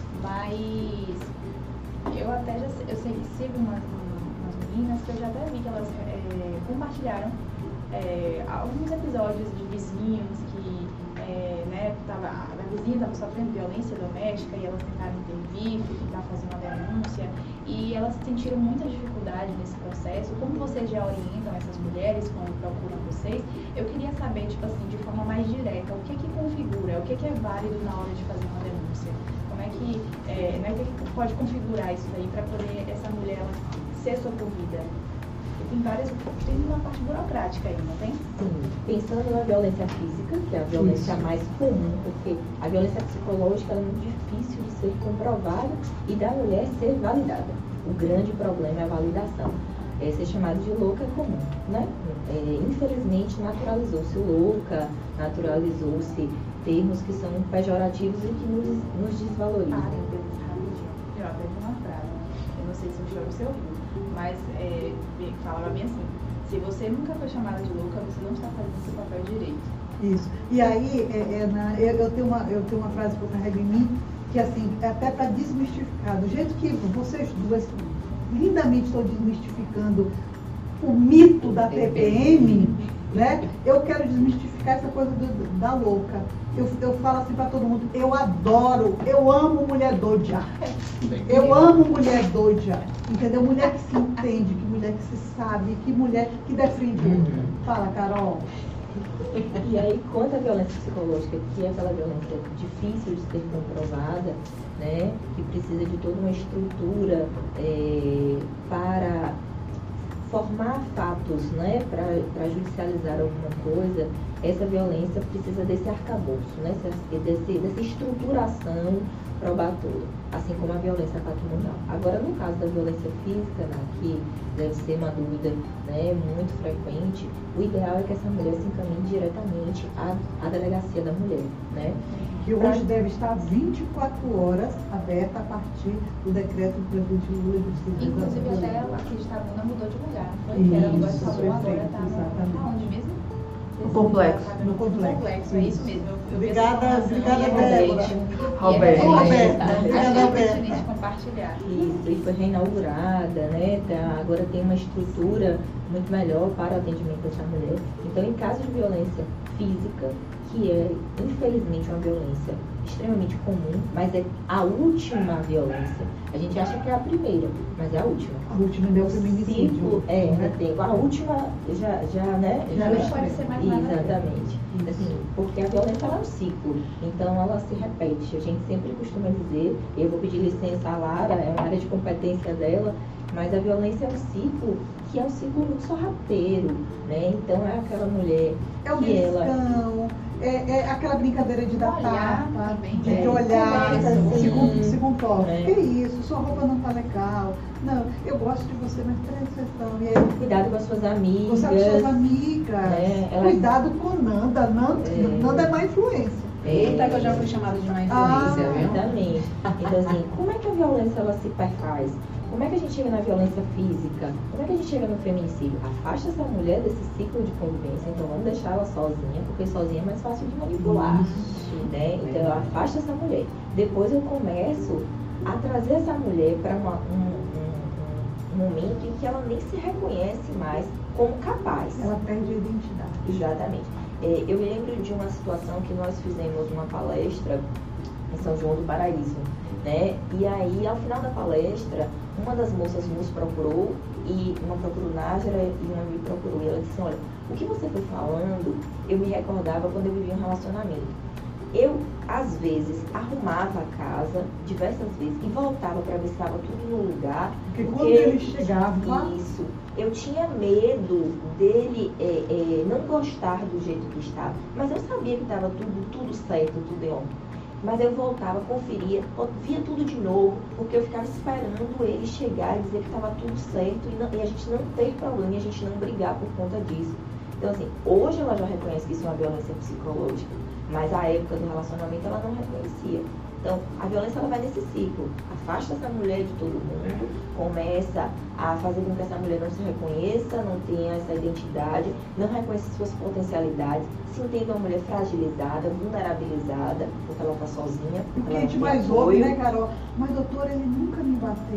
Speaker 2: mas eu até já eu sei que sigo umas, umas meninas que eu já até vi que elas é, compartilharam é, alguns episódios de vizinhos que é, né, tava, a vizinha estava sofrendo violência doméstica e elas tentaram intervir, tentar fazer uma denúncia, e elas sentiram muita dificuldade nesse processo. Como vocês já orientam essas mulheres quando procuram vocês, eu queria saber, tipo assim, de forma mais direta, o que é que configura, o que é que é válido na hora de fazer uma denúncia? Como é que, é, né, o que é que pode configurar isso aí para poder essa mulher ela, ser socorrida? Tem várias, tem uma parte burocrática aí, não tem?
Speaker 4: Sim, pensando na violência física, que é a violência mais comum, porque a violência psicológica é muito difícil de ser comprovada e da mulher ser validada. O grande problema é a validação. É, ser chamado de louca é comum, né? É, infelizmente naturalizou-se louca, naturalizou-se termos que são pejorativos e que nos, nos desvalorizam.
Speaker 2: Parênteses, rapidinho. Eu até vi uma frase, eu não sei se o senhor você ouviu, mas é, falava bem assim: se você nunca foi chamada de louca, você não está fazendo seu papel direito.
Speaker 5: Isso. E aí, é, é na, eu, eu, tenho uma, eu tenho uma frase que eu carrego em mim, que assim, é até para desmistificar, do jeito que vocês duas lindamente estão desmistificando o mito da T P M, né? Eu quero desmistificar essa coisa do, da louca. Eu, eu falo assim para todo mundo: eu adoro, eu amo mulher doida. Eu amo mulher doida. Entendeu? Mulher que se entende, que mulher que se sabe, que mulher que defende o outro. Fala, Carol.
Speaker 4: E aí, quanto à violência psicológica, que é aquela violência difícil de ser comprovada, né, que precisa de toda uma estrutura é, para formar fatos, né, para judicializar alguma coisa, essa violência precisa desse arcabouço, né, desse, dessa estruturação probatória, assim como a violência patrimonial. Agora, no caso da violência física, né, que deve ser uma dúvida, né, muito frequente, o ideal é que essa mulher se encaminhe diretamente à, à delegacia da mulher, né?
Speaker 5: Que hoje deve estar vinte e quatro horas aberta a partir do decreto do presidente Lula de Silva.
Speaker 2: Inclusive até aqui de Itabuna mudou de lugar, não foi? Que era no lugar de
Speaker 5: Isso,
Speaker 2: Salvador, agora
Speaker 5: perfeito,
Speaker 2: está no...
Speaker 5: exatamente.
Speaker 2: Aonde mesmo?
Speaker 3: No complexo.
Speaker 5: No complexo.
Speaker 2: complexo, é isso mesmo. Eu, eu
Speaker 5: Obrigada,
Speaker 2: vi essa
Speaker 5: obrigada,
Speaker 2: informação e é
Speaker 5: Débora.
Speaker 2: realmente-
Speaker 3: Roberta.
Speaker 2: e é realmente-
Speaker 5: Roberta,
Speaker 2: Achei
Speaker 5: obrigada, Roberta.
Speaker 2: pertinente compartilhar.
Speaker 4: Isso, e foi reinaugurada, né? Tá, agora tem uma estrutura muito melhor para o atendimento dessa mulher. Então, em caso de violência física, que é, infelizmente, uma violência extremamente comum, mas é a última violência. A gente acha que é a primeira, mas é a última.
Speaker 5: A última deu
Speaker 4: O
Speaker 5: feminicídio.
Speaker 4: ciclo, é,
Speaker 5: né?
Speaker 4: tem, a última já, já, né?
Speaker 5: Já
Speaker 2: Não pode ser mais nada.
Speaker 4: Exatamente. Assim, porque a violência ela é um ciclo, então ela se repete. A gente sempre costuma dizer, eu vou pedir licença à Lara, é uma área de competência dela, mas a violência é um ciclo que é um ciclo muito sorrateiro, né? Então é aquela mulher
Speaker 5: É o
Speaker 4: que ela...
Speaker 5: beliscão, é, é aquela brincadeira de dar
Speaker 2: Olhar
Speaker 5: tapa,
Speaker 2: também,
Speaker 5: de,
Speaker 4: né?
Speaker 5: de olhar,
Speaker 4: Conversa,
Speaker 5: se, com,
Speaker 4: sim.
Speaker 5: se comporta.
Speaker 4: É.
Speaker 5: Que isso, sua roupa não tá legal. Não, eu gosto de você, mas presta atenção. E aí,
Speaker 4: Cuidado com as suas amigas.
Speaker 5: você sabe suas amigas.
Speaker 4: É, ela-
Speaker 5: Cuidado com Nanda. Nanda
Speaker 4: É.
Speaker 5: Nanda é má influência.
Speaker 1: Eita, que eu já fui chamada de má
Speaker 5: Ah,
Speaker 1: influência, viu?
Speaker 4: Exatamente. Então, assim, como é que a violência ela se perfaz? Como é que a gente chega na violência física? Como é que a gente chega no feminicídio? Afasta essa mulher desse ciclo de convivência, então vamos deixar ela sozinha, porque sozinha é mais fácil de manipular. Né? Então, eu afasto essa mulher. Depois eu começo a trazer essa mulher para um, um, um momento em que ela nem se reconhece mais como capaz.
Speaker 5: Ela perde a identidade.
Speaker 4: Exatamente. É, eu me lembro de uma situação que nós fizemos uma palestra em São João do Paraíso, né? E aí, ao final da palestra, uma das moças nos procurou, e uma procurou Nájera e uma me procurou. E ela disse, olha, o que você foi falando, eu me recordava quando eu vivia um relacionamento. Eu, às vezes, arrumava a casa diversas vezes e voltava para ver se estava tudo no lugar.
Speaker 5: Porque quando ele chegava...
Speaker 4: Isso. Eu tinha medo dele é, é, não gostar do jeito que estava. Mas eu sabia que estava tudo, tudo certo, tudo em ordem. Mas eu voltava, conferia, via tudo de novo, porque eu ficava esperando ele chegar e dizer que estava tudo certo e, não, e a gente não ter problema e a gente não brigar por conta disso. Então, assim, hoje ela já reconhece que isso é uma violência psicológica, mas à época do relacionamento ela não reconhecia. Então, a violência ela vai nesse ciclo. Afasta essa mulher de todo mundo, começa a fazer com que essa mulher não se reconheça, não tenha essa identidade, não reconheça suas potencialidades, se entenda uma mulher fragilizada, vulnerabilizada, porque ela está sozinha.
Speaker 5: O que a gente mais ouve, né, Carol? Mas, doutora, ele nunca me bateu.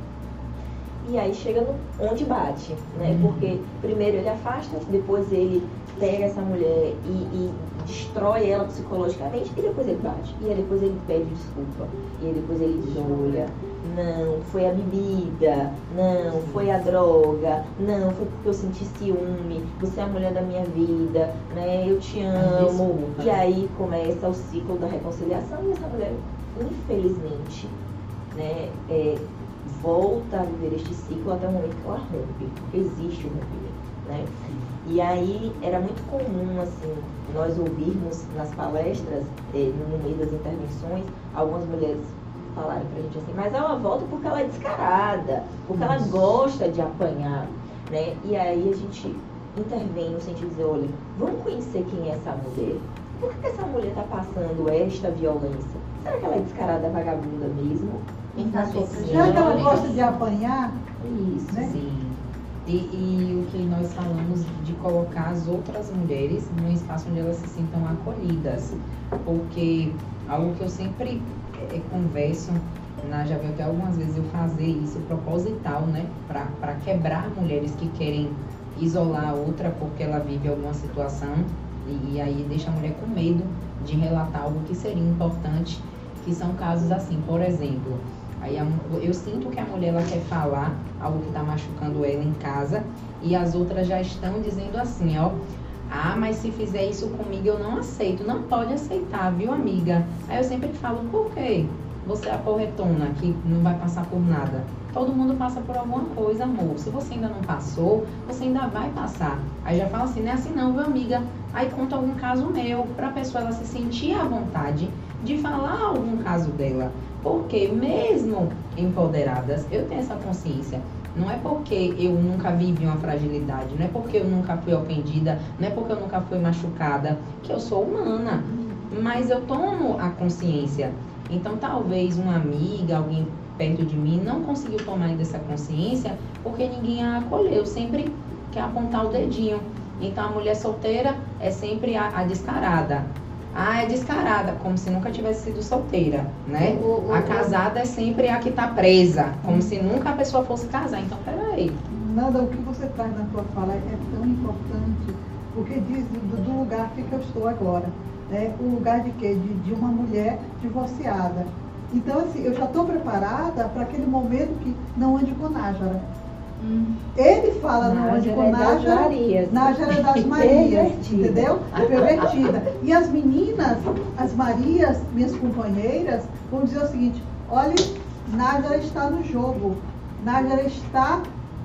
Speaker 4: E aí chega no onde bate, né? Uhum. Porque primeiro ele afasta, depois ele pega essa mulher e, e destrói ela psicologicamente, e depois ele bate. E aí depois ele pede desculpa. E aí depois ele diz, olha, não, foi a bebida, não, foi a droga, não, foi porque eu senti ciúme, você é a mulher da minha vida, né? Eu te amo. E aí começa o ciclo da reconciliação e essa mulher, infelizmente, né, é, volta a viver este ciclo até o momento que ela rompe, porque existe o rompimento, né? E aí era muito comum, assim, nós ouvirmos nas palestras, eh, no meio das intervenções, algumas mulheres falarem pra gente assim, mas ela volta porque ela é descarada, porque ela gosta de apanhar, né? E aí a gente intervém no sentido de dizer, olha, vamos conhecer quem é essa mulher. Por que essa mulher está passando esta violência? Será que ela é descarada, vagabunda mesmo?
Speaker 5: Já que ela gosta de apanhar?
Speaker 4: Isso,
Speaker 5: né?
Speaker 1: Sim. E, e o que nós falamos de colocar as outras mulheres num espaço onde elas se sintam acolhidas. Porque algo que eu sempre é, converso, na, já vi até algumas vezes eu fazer isso proposital, né? Para quebrar mulheres que querem isolar a outra porque ela vive alguma situação. E, e aí deixa a mulher com medo de relatar algo que seria importante, que são casos assim, por exemplo, aí a, eu sinto que a mulher ela quer falar algo que está machucando ela em casa e as outras já estão dizendo assim, ó, ah, mas se fizer isso comigo eu não aceito. Não pode aceitar, viu, amiga? Aí eu sempre falo, por quê? Você é a porretona que não vai passar por nada. Todo mundo passa por alguma coisa, amor. Se você ainda não passou, você ainda vai passar. Aí já fala assim, não é assim não, viu, amiga? Aí conta algum caso meu, pra pessoa ela se sentir à vontade de falar algum caso dela. Porque mesmo empoderadas, eu tenho essa consciência. Não é porque eu nunca vivi uma fragilidade, não é porque eu nunca fui ofendida, não é porque eu nunca fui machucada, que eu sou humana. Mas eu tomo a consciência. Então, talvez uma amiga, alguém perto de mim, não conseguiu tomar ainda essa consciência porque ninguém a acolheu. Sempre quer apontar o dedinho. Então, a mulher solteira é sempre a, a descarada. Ah, é descarada, como se nunca tivesse sido solteira, né? O, o, a casada é sempre a que está presa, como se nunca a pessoa fosse casar. Então, peraí.
Speaker 5: Nada, o que você traz na tua fala é tão importante, porque diz do, do lugar que eu estou agora. Né? O lugar de quê? De, de uma mulher divorciada. Então, assim, eu já estou preparada para aquele momento que não ande com Nájera. Hum. Ele fala não ande com Nájera, Nájera é das Marias, entendeu? Pervertida. E as meninas, as Marias, minhas companheiras, vão dizer o seguinte, olha, Nájera está no jogo, Nájera está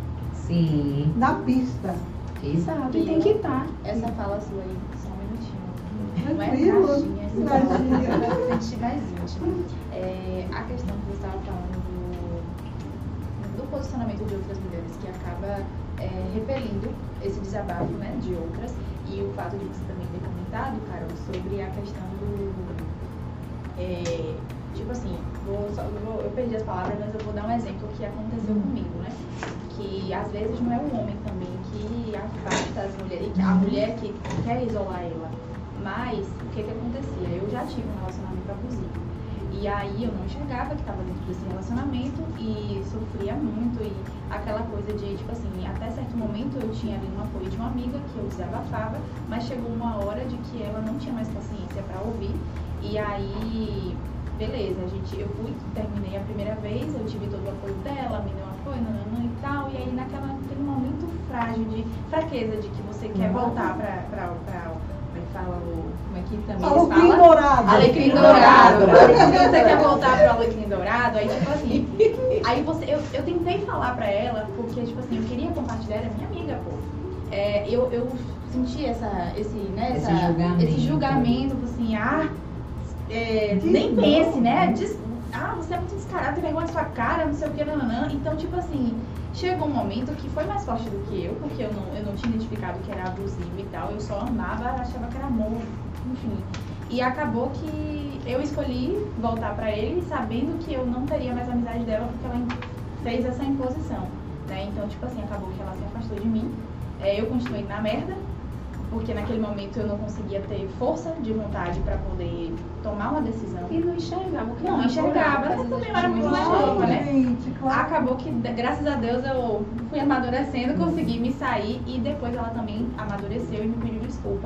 Speaker 1: Sim.
Speaker 5: na pista.
Speaker 1: Exato, e tem que estar.
Speaker 2: Essa fala sua aí, só um minutinho.
Speaker 5: Tranquilo.
Speaker 2: Não é caixinha, é sentir mais íntimo. É, a questão que você estava falando do, do posicionamento de outras mulheres que acaba é, repelindo esse desabafo, né, de outras, e o fato de você também ter comentado, Carol, sobre a questão do é, tipo assim, vou, só, vou, eu perdi as palavras, mas eu vou dar um exemplo que aconteceu comigo, né? Que às vezes não é o homem também que afasta as mulheres, a mulher que quer isolar ela. Mas o que que acontecia? Eu já tive um relacionamento abusivo. E aí eu não enxergava que estava dentro desse relacionamento e sofria muito. E aquela coisa de, tipo assim, até certo momento eu tinha ali um apoio de uma amiga que eu desabafava, mas chegou uma hora de que ela não tinha mais paciência para ouvir. E aí beleza, a gente, eu fui, terminei a primeira vez, eu tive todo o apoio dela, me deu um apoio, nananã e tal, e aí naquela, naquele momento frágil, de fraqueza, de que você quer voltar pra, pra, pra, como é que fala, o, como é que também
Speaker 5: Alecrim
Speaker 2: eles falam?
Speaker 5: dourado.
Speaker 2: Alecrim dourado. Quando você quer voltar pro alecrim dourado, aí tipo assim, aí você, eu, eu tentei falar pra ela, porque tipo assim, eu queria compartilhar, era minha amiga, pô. É, eu, eu senti essa, esse, né, essa,
Speaker 1: Esse julgamento.
Speaker 2: esse julgamento, assim, ah, é,
Speaker 5: Que
Speaker 2: nem
Speaker 5: não.
Speaker 2: pense, né? Des, ah, você é muito descarado, tem vergonha de sua cara, não sei o que, nananã. Então, tipo assim, chegou um momento que foi mais forte do que eu, porque eu não, eu não tinha identificado que era abusivo e tal, eu só amava, achava que era amor, enfim. E acabou que eu escolhi voltar pra ele, sabendo que eu não teria mais a amizade dela, porque ela fez essa imposição, né? Então, tipo assim, acabou que ela se afastou de mim. É, eu continuei na merda, porque naquele momento eu não conseguia ter força de vontade pra poder tomar uma decisão.
Speaker 1: E não enxergava o que
Speaker 2: Não,
Speaker 1: era
Speaker 2: enxergava,
Speaker 1: natural,
Speaker 2: eu
Speaker 1: às
Speaker 2: também
Speaker 1: vezes
Speaker 2: era
Speaker 1: a gente
Speaker 2: muito
Speaker 1: não
Speaker 2: mais
Speaker 1: enxerga.
Speaker 2: nova, né?
Speaker 5: Gente, claro.
Speaker 2: Acabou que, graças a Deus, eu fui amadurecendo, consegui me sair e depois ela também amadureceu e me pediu desculpa.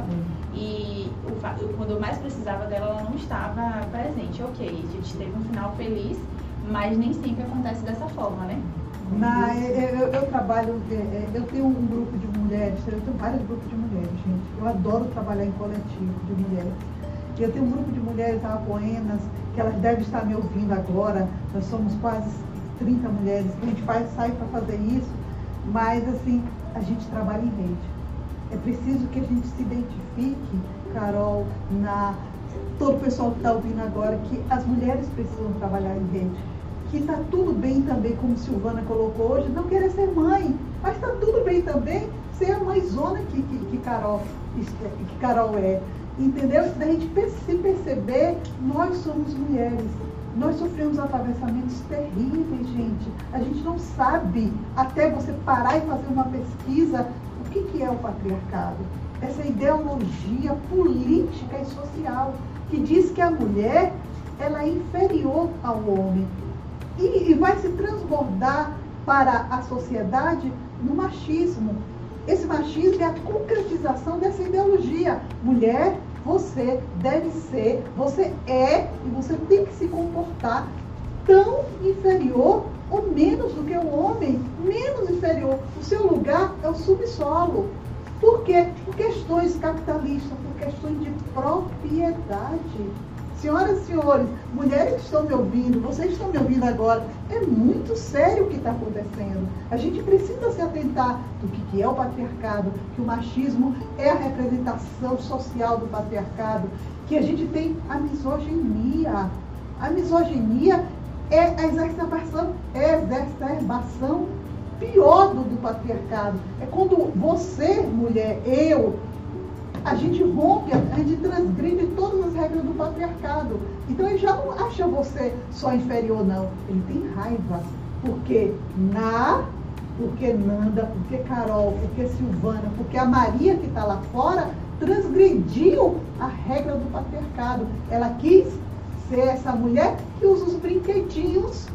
Speaker 2: E o fa- quando eu mais precisava dela, ela não estava presente. Ok, a gente teve um final feliz, mas nem sempre acontece dessa forma, né?
Speaker 5: Na, eu, eu, eu trabalho, é, é, eu tenho um grupo de mulheres, eu tenho vários grupos de mulheres, gente. Eu adoro trabalhar em coletivo de mulheres. Eu tenho um grupo de mulheres apoenas, que elas devem estar me ouvindo agora. Nós somos quase trinta mulheres, que a gente faz, sai para fazer isso, mas assim, a gente trabalha em rede. É preciso que a gente se identifique, Carol, na todo o pessoal que está ouvindo agora, que as mulheres precisam trabalhar em rede. Que está tudo bem também, como Silvana colocou hoje, não querer ser mãe, mas está tudo bem também ser a mãezona que, que, que, Carol, que Carol é. Entendeu? Da gente se perceber, nós somos mulheres. Nós sofremos atravessamentos terríveis, gente. A gente não sabe, até você parar e fazer uma pesquisa, o que, que é o patriarcado. Essa ideologia política e social que diz que a mulher ela é inferior ao homem. E, e vai se transbordar para a sociedade no machismo. Esse machismo é a concretização dessa ideologia. Mulher, você deve ser, você é e você tem que se comportar tão inferior ou menos do que o homem, menos inferior. O seu lugar é o subsolo. Por quê? Por questões capitalistas, por questões de propriedade. Senhoras e senhores, mulheres que estão me ouvindo, vocês estão me ouvindo agora, é muito sério o que está acontecendo. A gente precisa se atentar do que, que é o patriarcado, que o machismo é a representação social do patriarcado, que a gente tem a misoginia. A misoginia é a exacerbação, é a exacerbação pior do, do patriarcado. É quando você, mulher, eu, a gente rompe, a gente transgride todas as regras do patriarcado. Então ele já não acha você só inferior, não. Ele tem raiva. Porque Na, porque Nanda, porque Carol, porque Silvana, porque a Maria que está lá fora, transgrediu a regra do patriarcado. Ela quis ser essa mulher que usa os brinquedinhos,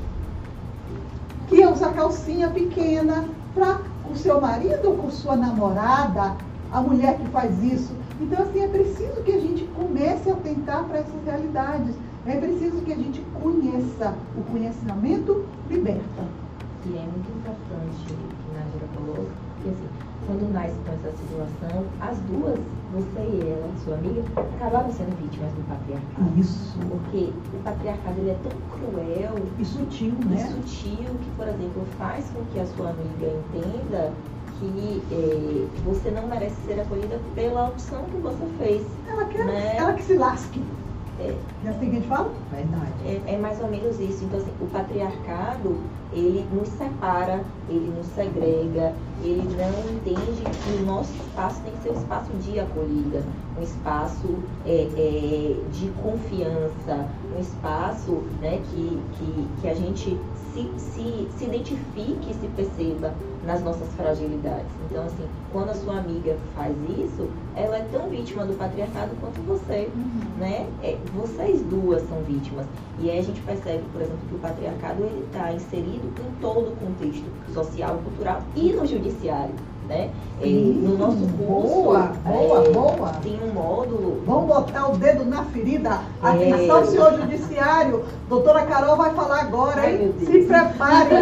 Speaker 5: que usa a calcinha pequena para o seu marido ou com sua namorada. A mulher que faz isso. Então, assim, é preciso que a gente comece a atentar para essas realidades. É preciso que a gente conheça. O conhecimento liberta.
Speaker 4: E é muito importante o que a Nájera falou, porque assim, quando nasce com essa situação, as duas, você e ela, sua amiga, acabaram sendo vítimas do patriarcado.
Speaker 5: Isso.
Speaker 4: Porque o patriarcado ele é tão cruel
Speaker 5: E sutil,
Speaker 4: e
Speaker 5: né?
Speaker 4: sutil que, por exemplo, faz com que a sua amiga entenda que eh, você não merece ser acolhida pela opção que você fez.
Speaker 5: Ela quer,
Speaker 4: Né?
Speaker 5: ela que se lasque.
Speaker 4: É,
Speaker 5: É assim que a gente fala?
Speaker 1: Verdade.
Speaker 4: É, é mais ou menos isso. Então, assim, o patriarcado, ele nos separa, ele nos segrega, ele não entende que o nosso espaço tem que ser um espaço de acolhida, um espaço é, é, de confiança, um espaço, né, que, que, que a gente se, se, se identifique e se perceba, nas nossas fragilidades. Então, assim, quando a sua amiga faz isso, ela é tão vítima do patriarcado quanto você,
Speaker 2: Uhum.
Speaker 4: né? É, vocês duas são vítimas. E aí a gente percebe, por exemplo, que o patriarcado ele está inserido em todo o contexto social, cultural e no judiciário, né? É, no nosso curso,
Speaker 5: Boa, boa,
Speaker 4: é,
Speaker 5: boa.
Speaker 4: tem um módulo.
Speaker 5: Vamos botar o dedo na ferida.
Speaker 4: É.
Speaker 5: Atenção, senhor judiciário. Doutora Carol vai falar agora,
Speaker 4: Ai, meu
Speaker 5: hein?
Speaker 4: Deus.
Speaker 5: Se prepare.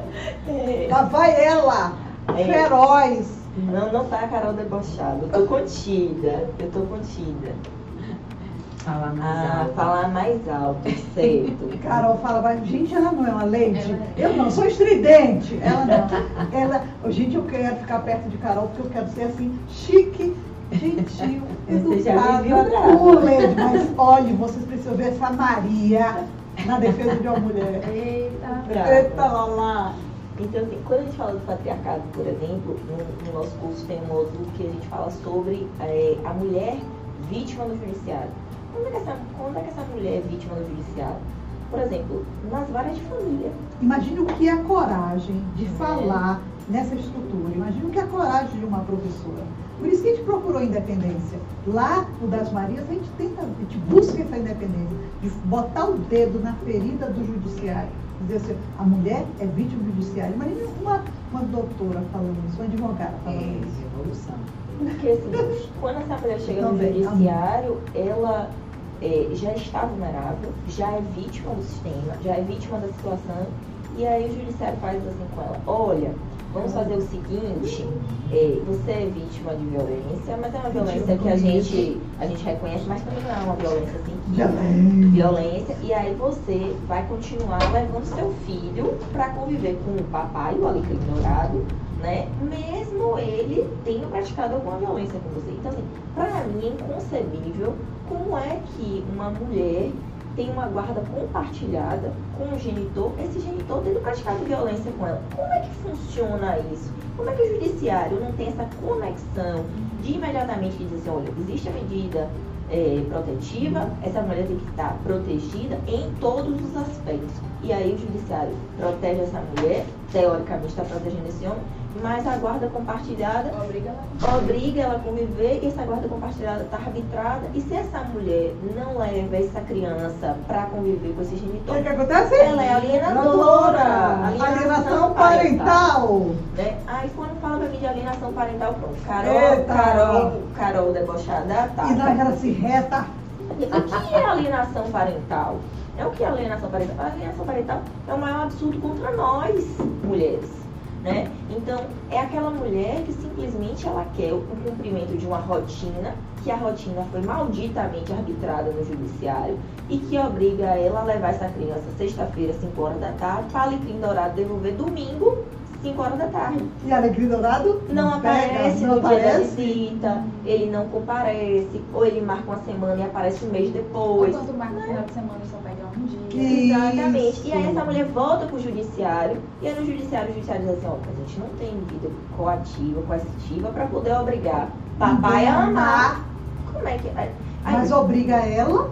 Speaker 4: É,
Speaker 5: Lá vai ela,
Speaker 4: É.
Speaker 5: feroz.
Speaker 4: não, não tá a Carol debochada. Eu tô contida. Eu tô contida.
Speaker 1: Falar mais
Speaker 4: Ah,
Speaker 1: alto.
Speaker 4: falar mais alto, certo.
Speaker 5: Carol fala, mas, gente, ela não é uma lady.
Speaker 2: Ela é.
Speaker 5: Eu não, sou estridente. Ela não. Ela, oh, gente, eu quero ficar perto de Carol porque eu quero ser assim, chique, gentil,
Speaker 4: Você já me viu
Speaker 5: educada,
Speaker 4: brava.
Speaker 5: cool lady. Mas olhe, vocês precisam ver essa Maria na defesa de uma mulher.
Speaker 2: Eita.
Speaker 4: Brava.
Speaker 5: Eita lá lá.
Speaker 4: Então, assim, quando a gente fala do patriarcado, por exemplo, no, no nosso curso tem um módulo que a gente fala sobre é, a mulher vítima no judiciário. Quando é, que essa, quando é que essa mulher é vítima no judiciário? Por exemplo, nas varas de família.
Speaker 5: Imagine o que é a coragem de falar nessa estrutura. Imagine o que é a coragem de uma professora. Por isso que a gente procurou independência. Lá no Das Marias, a gente tenta, a gente busca essa independência, de botar o dedo na ferida do judiciário. Dizer assim, a mulher é vítima do judiciário. Imagine uma, uma doutora falando isso, uma advogada falando
Speaker 1: É,
Speaker 5: isso.
Speaker 1: revolução.
Speaker 4: Porque, assim, quando essa mulher chega no
Speaker 5: Também,
Speaker 4: judiciário, ela é, já está vulnerável, já é vítima do sistema, já é vítima da situação, e aí o judiciário faz assim com ela: olha, vamos fazer o seguinte, é, você é vítima de violência, mas é uma violência que a gente, a gente reconhece, mas também não é uma violência assim que
Speaker 5: Violência.
Speaker 4: violência, e aí você vai continuar levando seu filho para conviver com o papai, o alecrim dourado, né? Mesmo ele tendo praticado alguma violência com você. Então, assim, pra mim é inconcebível como é que uma mulher tem uma guarda compartilhada com o genitor, esse genitor tendo praticado violência com ela. Como é que funciona isso? Como é que o judiciário não tem essa conexão de imediatamente dizer assim, olha, existe a medida é, protetiva, essa mulher tem que estar protegida em todos os aspectos. E aí o judiciário protege essa mulher, teoricamente está protegendo esse homem, mas a guarda compartilhada
Speaker 2: Obriga ela.
Speaker 4: obriga ela a conviver e essa guarda compartilhada está arbitrada. E se essa mulher não leva essa criança para conviver com esse
Speaker 5: O
Speaker 4: genitor,
Speaker 5: que, que acontece?
Speaker 4: ela é alienadora.
Speaker 5: Alienação parental.
Speaker 4: Né? Aí quando fala pra mim de alienação parental, pronto. Carol,
Speaker 5: Eita.
Speaker 4: Carol, Carol debochada, tá.
Speaker 5: E não, ela se reta.
Speaker 4: O que é alienação parental? É o que é alienação parental? A alienação parental é o maior absurdo contra nós, mulheres. Né? Então, é aquela mulher que simplesmente ela quer o cumprimento de uma rotina, que a rotina foi malditamente arbitrada no judiciário e que obriga ela a levar essa criança sexta-feira, cinco horas da tarde, para Alecrim Dourado devolver domingo, cinco horas da tarde.
Speaker 5: E alecrim dourado?
Speaker 4: Não
Speaker 5: pega,
Speaker 4: aparece
Speaker 5: não
Speaker 4: no dia da
Speaker 5: aparece.
Speaker 4: visita, ele não comparece, ou ele marca uma semana e aparece um mês depois.
Speaker 2: Quando marca o final de semana, só pega um dia.
Speaker 5: Isso.
Speaker 4: Exatamente. E aí essa mulher volta pro judiciário, e aí no judiciário o judiciário diz assim, ó, a gente não tem vida coativa, coercitiva para poder obrigar papai a amar. Como é que... Aí,
Speaker 5: Mas obriga ela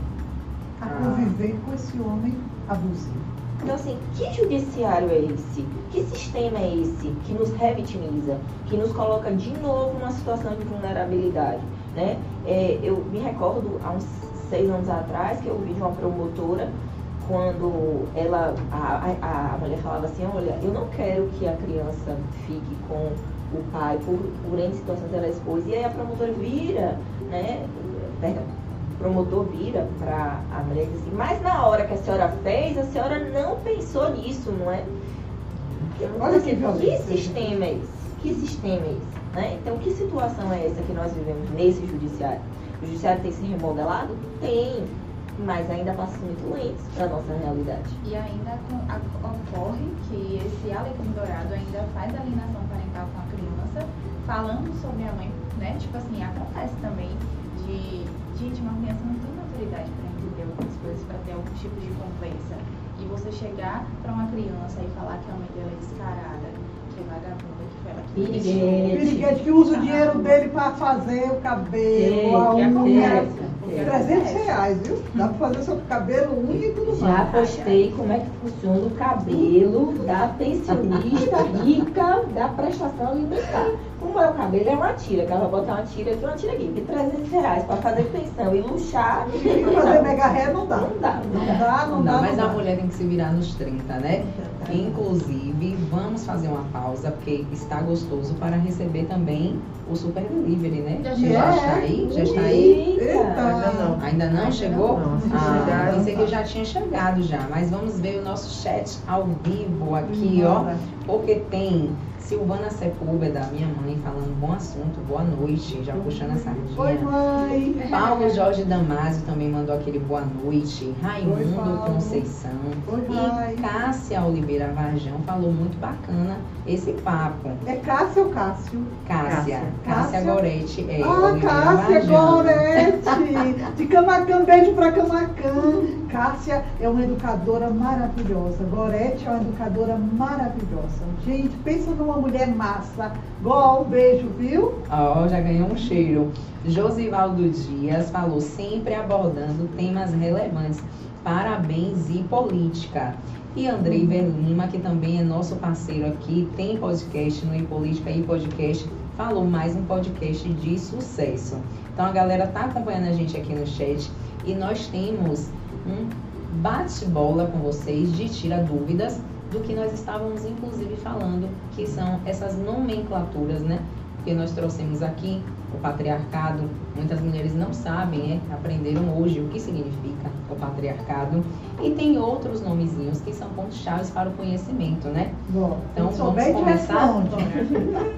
Speaker 5: a
Speaker 1: Ah.
Speaker 5: conviver com esse homem abusivo.
Speaker 4: Então, assim, que judiciário é esse? Que sistema é esse que nos revitimiza, que nos coloca de novo numa situação de vulnerabilidade, né? É, eu me recordo, há uns seis anos atrás, que eu vi de uma promotora, quando ela, a, a, a mulher falava assim, olha, eu não quero que a criança fique com o pai por, por N situações ela expôs. E aí a promotora vira, né, perdão, o promotor vira para a mulher e diz assim, mas na hora que a senhora fez, a senhora não pensou nisso, não é?
Speaker 5: Olha
Speaker 4: Assim,
Speaker 5: que violência.
Speaker 4: que sistema é esse? Que sistema é esse? Né? Então, que situação é essa que nós vivemos nesse judiciário? O judiciário tem se remodelado? Tem, mas ainda passa muito lento para a nossa realidade.
Speaker 2: E ainda co- a- ocorre que esse alecrim dourado ainda faz alienação parental com a criança, falando sobre a mãe, né? Tipo assim, acontece também de, gente, uma criança não tem maturidade para entender algumas coisas, para ter algum tipo de conversa. E você chegar para uma criança e falar que a mãe dela é descarada, que é vagabunda, que foi ela que
Speaker 4: Piriguete.
Speaker 5: Piriguete que usa o dinheiro dele para fazer o cabelo, a
Speaker 4: que
Speaker 5: unha.
Speaker 4: acontece?
Speaker 5: trezentos reais, viu? Dá pra fazer seu cabelo, unha e tudo mais.
Speaker 4: Já postei como é que funciona o cabelo da pensionista rica da prestação alimentar. Como é o cabelo? É uma tira, que ela vai botar uma tira aqui, uma tira aqui. Porque trezentos reais para fazer pensão e luxar.
Speaker 5: E fazer mega ré não dá.
Speaker 4: Não dá,
Speaker 5: Não dá, não dá.
Speaker 1: Mas
Speaker 5: não
Speaker 1: a
Speaker 5: dá.
Speaker 1: mulher tem que se virar nos trinta, né? Inclusive, vamos fazer uma pausa, porque está gostoso para receber também o Super Delivery, né?
Speaker 2: Já
Speaker 1: Já,
Speaker 2: chegou?
Speaker 1: está aí? Já está aí?
Speaker 5: Eita.
Speaker 3: Ainda não.
Speaker 1: Ainda não
Speaker 2: Ainda
Speaker 1: chegou?
Speaker 3: não. Se
Speaker 1: Ah,
Speaker 3: chegar,
Speaker 1: pensei
Speaker 3: não
Speaker 1: que já tinha chegado já, mas vamos ver o nosso chat ao vivo aqui,
Speaker 5: Bora.
Speaker 1: ó. Porque tem Silvana Sepúlveda, minha mãe, falando bom assunto, boa noite, já puxando a
Speaker 5: Oi,
Speaker 1: sardinha.
Speaker 5: mãe.
Speaker 1: Paulo Jorge Damásio também mandou aquele boa noite.
Speaker 5: Oi,
Speaker 1: Raimundo
Speaker 5: Paulo.
Speaker 1: Conceição.
Speaker 5: Oi, Rai.
Speaker 1: E Cássia Oliveira Varjão falou muito bacana esse papo.
Speaker 5: É Cássia ou Cássio?
Speaker 1: Cássia.
Speaker 3: Cássia.
Speaker 1: Cássia
Speaker 5: Cássia.
Speaker 1: Goretti. É,
Speaker 5: Ah,
Speaker 1: Oliveira
Speaker 5: Cássia
Speaker 1: Varjão.
Speaker 5: Gorete! De Camacan, beijo pra Camacan. Cássia é uma educadora maravilhosa. Gorete é uma educadora maravilhosa. Gente, pensa numa mulher massa. Gol, beijo, viu?
Speaker 1: Ó, já ganhou um cheiro. Josivaldo Dias falou sempre abordando temas relevantes. Parabéns e política. E Andrei Verlima, que também é nosso parceiro aqui, tem podcast no E Política e Podcast, falou mais um podcast de sucesso. Então a galera tá acompanhando a gente aqui no chat e nós temos um bate-bola com vocês de tira dúvidas do que nós estávamos inclusive falando, que são essas nomenclaturas, né? Porque nós trouxemos aqui o patriarcado, muitas mulheres não sabem, é, aprenderam hoje o que significa o patriarcado, e tem outros nomezinhos que são pontos chaves para o conhecimento, né?
Speaker 5: Bom,
Speaker 1: Então,
Speaker 5: quem
Speaker 1: vamos
Speaker 5: souber te
Speaker 1: começar?
Speaker 5: responde.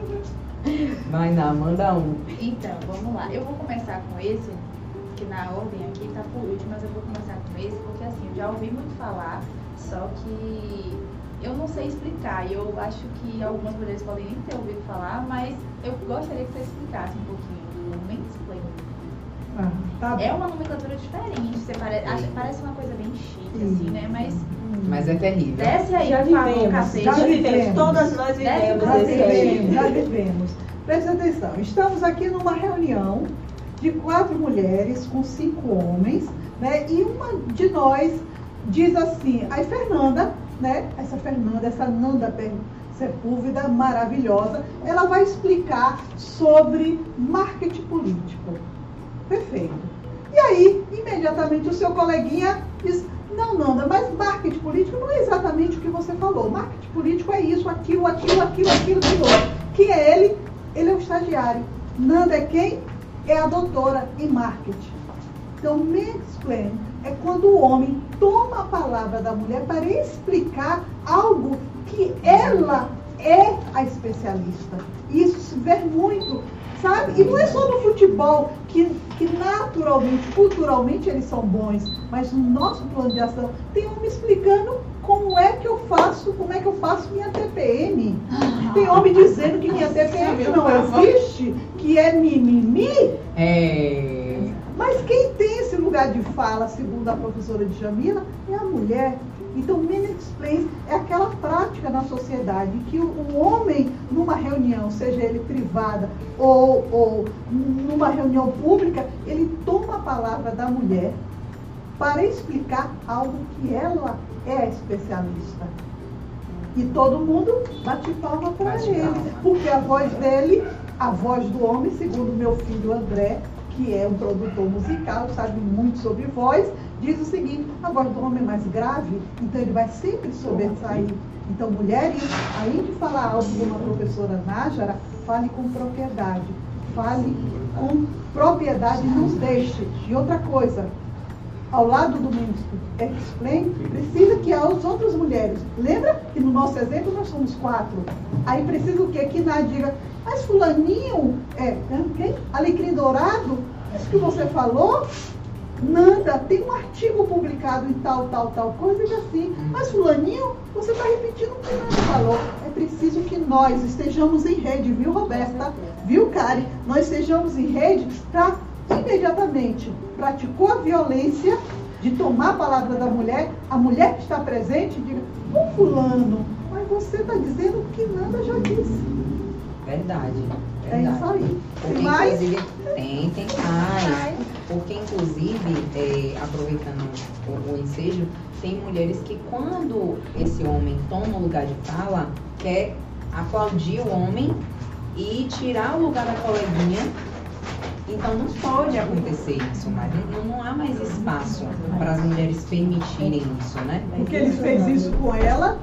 Speaker 1: Vai lá, manda um.
Speaker 2: Então, vamos lá. Eu vou começar com esse, que na ordem aqui tá por último, mas eu vou começar com esse, porque assim, eu já ouvi muito falar, só que eu não sei explicar. E eu acho que algumas mulheres podem nem ter ouvido falar, mas eu gostaria que você explicasse um pouquinho do mansplaining.
Speaker 5: Ah, tá
Speaker 2: É
Speaker 5: bom.
Speaker 2: uma nomenclatura diferente, você pare... acha- parece uma coisa bem chique,
Speaker 5: Hum.
Speaker 2: assim, né? Mas
Speaker 1: Mas é terrível.
Speaker 2: desce aí,
Speaker 4: Já
Speaker 2: por favor,
Speaker 4: vivemos,
Speaker 2: cacete.
Speaker 4: já vivemos,
Speaker 5: vivemos.
Speaker 4: todas nós vivemos
Speaker 5: Já
Speaker 4: esse
Speaker 5: vivemos, já
Speaker 4: aí.
Speaker 5: vivemos. Presta atenção, estamos aqui numa reunião de quatro mulheres com cinco homens, né? E uma de nós diz assim, a Fernanda, né? Essa Fernanda, essa Nanda Pe- Sepúlveda, maravilhosa, ela vai explicar sobre marketing político. Perfeito. E aí, imediatamente, o seu coleguinha diz, não, Nanda, mas marketing político não é exatamente o que você falou. Marketing político é isso, aquilo, aquilo, aquilo, aquilo, aquilo. Quem é ele? Ele é o estagiário. Nanda é quem? É a doutora em marketing. Então, mansplaining é quando o homem toma a palavra da mulher para explicar algo que ela é a especialista. E isso se vê muito, sabe? E não é só no futebol, que, que naturalmente, culturalmente eles são bons, mas no nosso plano de ação tem homem explicando como é que eu faço, como é que eu faço minha T P M. Tem homem dizendo que minha T P M não existe, que é mimimi.
Speaker 1: É.
Speaker 5: Mas quem tem esse lugar de fala, segundo a professora Djamila, é a mulher. Então, mansplaining é aquela prática na sociedade que o, o homem, numa reunião, seja ele privada ou, ou numa reunião pública, ele toma a palavra da mulher para explicar algo que ela é a especialista. E todo mundo bate palma para
Speaker 1: Bate
Speaker 5: ele,
Speaker 1: palma.
Speaker 5: porque a voz dele, a voz do homem, segundo meu filho André, que é um produtor musical, sabe muito sobre voz, diz o seguinte, a voz do homem é mais grave, então ele vai sempre sobressair. Então, mulheres, além de falar alto como a professora Nájara, fale com propriedade. Fale com propriedade, não deixe. E outra coisa, ao lado do mansplaining, precisa que as outras mulheres, lembra que no nosso exemplo nós somos quatro, aí precisa o quê? Que Nádia diga, mas fulaninho, é, quem? Alecrim dourado, isso que você falou, Nanda, tem um artigo publicado em tal, tal, tal coisa, e assim, mas fulaninho, você está repetindo o que Nanda falou. É preciso que nós estejamos em rede, viu, Roberta? Viu, Kari? Nós estejamos em rede para imediatamente praticou a violência de tomar a palavra da mulher, a mulher que está presente diga, ô fulano, mas você está dizendo o que Nanda já disse.
Speaker 1: Verdade.
Speaker 5: É
Speaker 1: verdade.
Speaker 5: isso aí.
Speaker 1: Porque,
Speaker 5: Tem mais?
Speaker 1: inclusive, tem, tem mais. Porque, inclusive, é, aproveitando o, o ensejo, tem mulheres que quando esse homem toma o lugar de fala, quer aplaudir o homem e tirar o lugar da coleguinha. Então não pode acontecer isso, mas não, não há mais espaço para as mulheres permitirem isso, né?
Speaker 5: Porque ele fez isso com ela,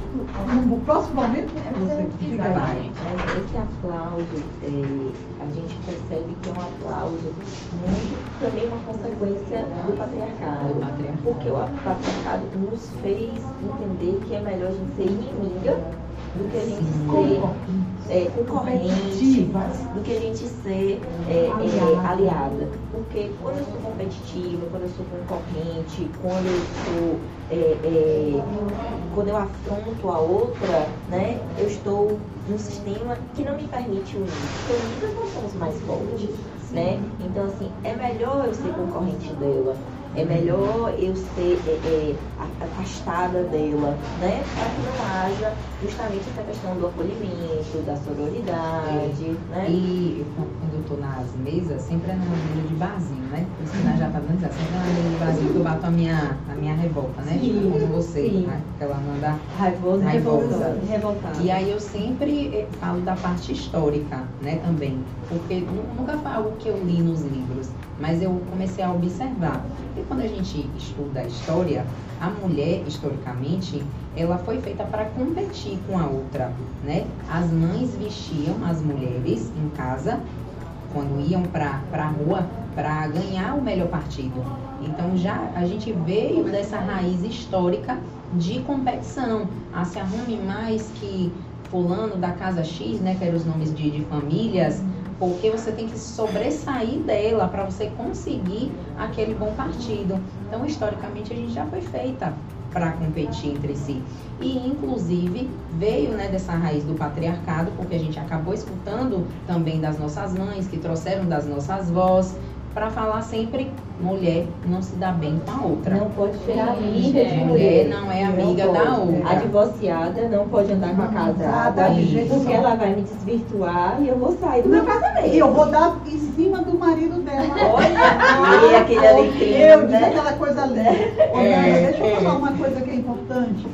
Speaker 5: no próximo momento você fica lá.
Speaker 1: Vai.
Speaker 4: Mas esse aplauso, é, a gente percebe que é um aplauso muito também uma consequência do patriarcado.
Speaker 1: Do patriarcado.
Speaker 4: Porque o patriarcado nos fez entender que é melhor a gente ser inimiga do que a gente ser é, concorrente, do que a gente ser é, é, aliada. Porque quando eu sou competitiva, quando eu sou concorrente, quando eu sou é, é, quando eu afronto a outra, né, eu estou num sistema que não me permite unir. Porque unidas nós somos mais fortes, né? Então assim, é melhor eu ser concorrente dela. É melhor eu ser é, é, afastada dela, né? Para que não haja justamente essa questão do acolhimento, da sororidade,
Speaker 1: É.
Speaker 4: né?
Speaker 1: E quando eu tô nas mesas, sempre é na mesa de barzinho, né? Por isso que nós já tá dando isso, sempre é na mesa de barzinho que eu bato a minha, a minha revolta, né?
Speaker 4: Sim,
Speaker 1: Tipo como você,
Speaker 4: sim.
Speaker 1: né? Aquela manda
Speaker 4: Raivosa,
Speaker 1: Raivosa.
Speaker 4: revoltada. revoltada.
Speaker 1: E aí eu sempre eh, falo da parte histórica, né, também. Porque nu- nunca foi algo que eu li nos livros, mas eu comecei a observar. E quando a gente estuda a história, a mulher, historicamente, ela foi feita para competir com a outra, né? As mães vestiam as mulheres em casa, quando iam para a rua, para ganhar o melhor partido. Então já a gente veio dessa raiz histórica de competição. Ah, se arrume mais que fulano da casa X, né, que eram os nomes de, de famílias, porque você tem que sobressair dela para você conseguir aquele bom partido. Então, historicamente, a gente já foi feita para competir entre si. E, inclusive, veio, né, dessa raiz do patriarcado, porque a gente acabou escutando também das nossas mães, que trouxeram das nossas vós, para falar sempre, mulher não se dá bem com a outra.
Speaker 4: Não pode ser amiga
Speaker 2: é.
Speaker 4: de
Speaker 1: Mulher
Speaker 4: mulher.
Speaker 1: não é amiga da
Speaker 4: pode.
Speaker 1: outra.
Speaker 4: A divorciada não pode andar com a casada,
Speaker 5: de jeito
Speaker 4: porque
Speaker 5: nenhum.
Speaker 4: ela vai me desvirtuar e eu vou sair do meu casamento.
Speaker 5: E eu vou dar em cima do marido dela.
Speaker 4: Olha aqui, aquele alecrim,
Speaker 5: Eu disse
Speaker 4: né?
Speaker 5: aquela coisa linda. Ô, Nanda, deixa eu falar uma coisa que é importante.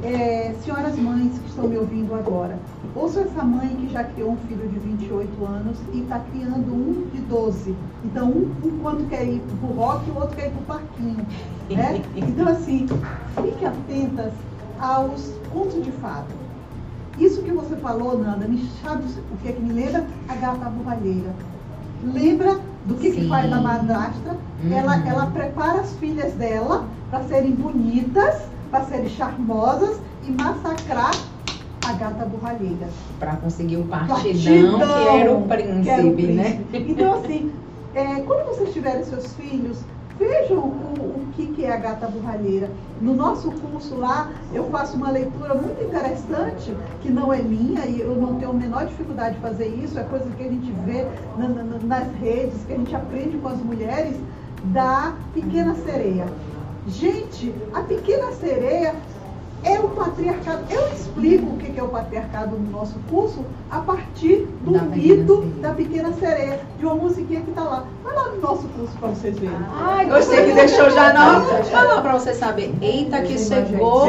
Speaker 5: É, senhoras mães que estão me ouvindo agora, ouça essa mãe que já criou um filho de vinte e oito anos e está criando um de doze. Então, um enquanto quer ir pro rock e o outro quer ir pro parquinho. Né? Então, assim, fique atentas aos contos de fada. Isso que você falou, Nanda, me sabe o que é que me lembra? A gata borralheira. Lembra do que, que
Speaker 1: Sim.
Speaker 5: faz a madrastra?
Speaker 1: Uhum.
Speaker 5: Ela, ela prepara as filhas dela para serem bonitas, para serem charmosas e massacrar a gata borralheira.
Speaker 1: Para conseguir o partidão,
Speaker 5: Partidão,
Speaker 1: que era o príncipe,
Speaker 5: que era o
Speaker 1: né?
Speaker 5: príncipe. Então, assim, é, quando vocês tiverem seus filhos, vejam o, o que, que é a gata borralheira. No nosso curso lá, eu faço uma leitura muito interessante, que não é minha, e eu não tenho a menor dificuldade de fazer isso, é coisa que a gente vê na, na, nas redes, que a gente aprende com as mulheres, da Pequena Sereia. Gente, a Pequena Sereia é o patriarcado. Eu explico o que é o patriarcado no nosso curso a partir do
Speaker 1: Da Pequena
Speaker 5: mito
Speaker 1: Sereia.
Speaker 5: da Pequena Sereia, de uma musiquinha que está lá. Vai lá no nosso curso para vocês verem.
Speaker 1: Ai, gostei que deixou já não. Falou pra você saber. Eita, que chegou o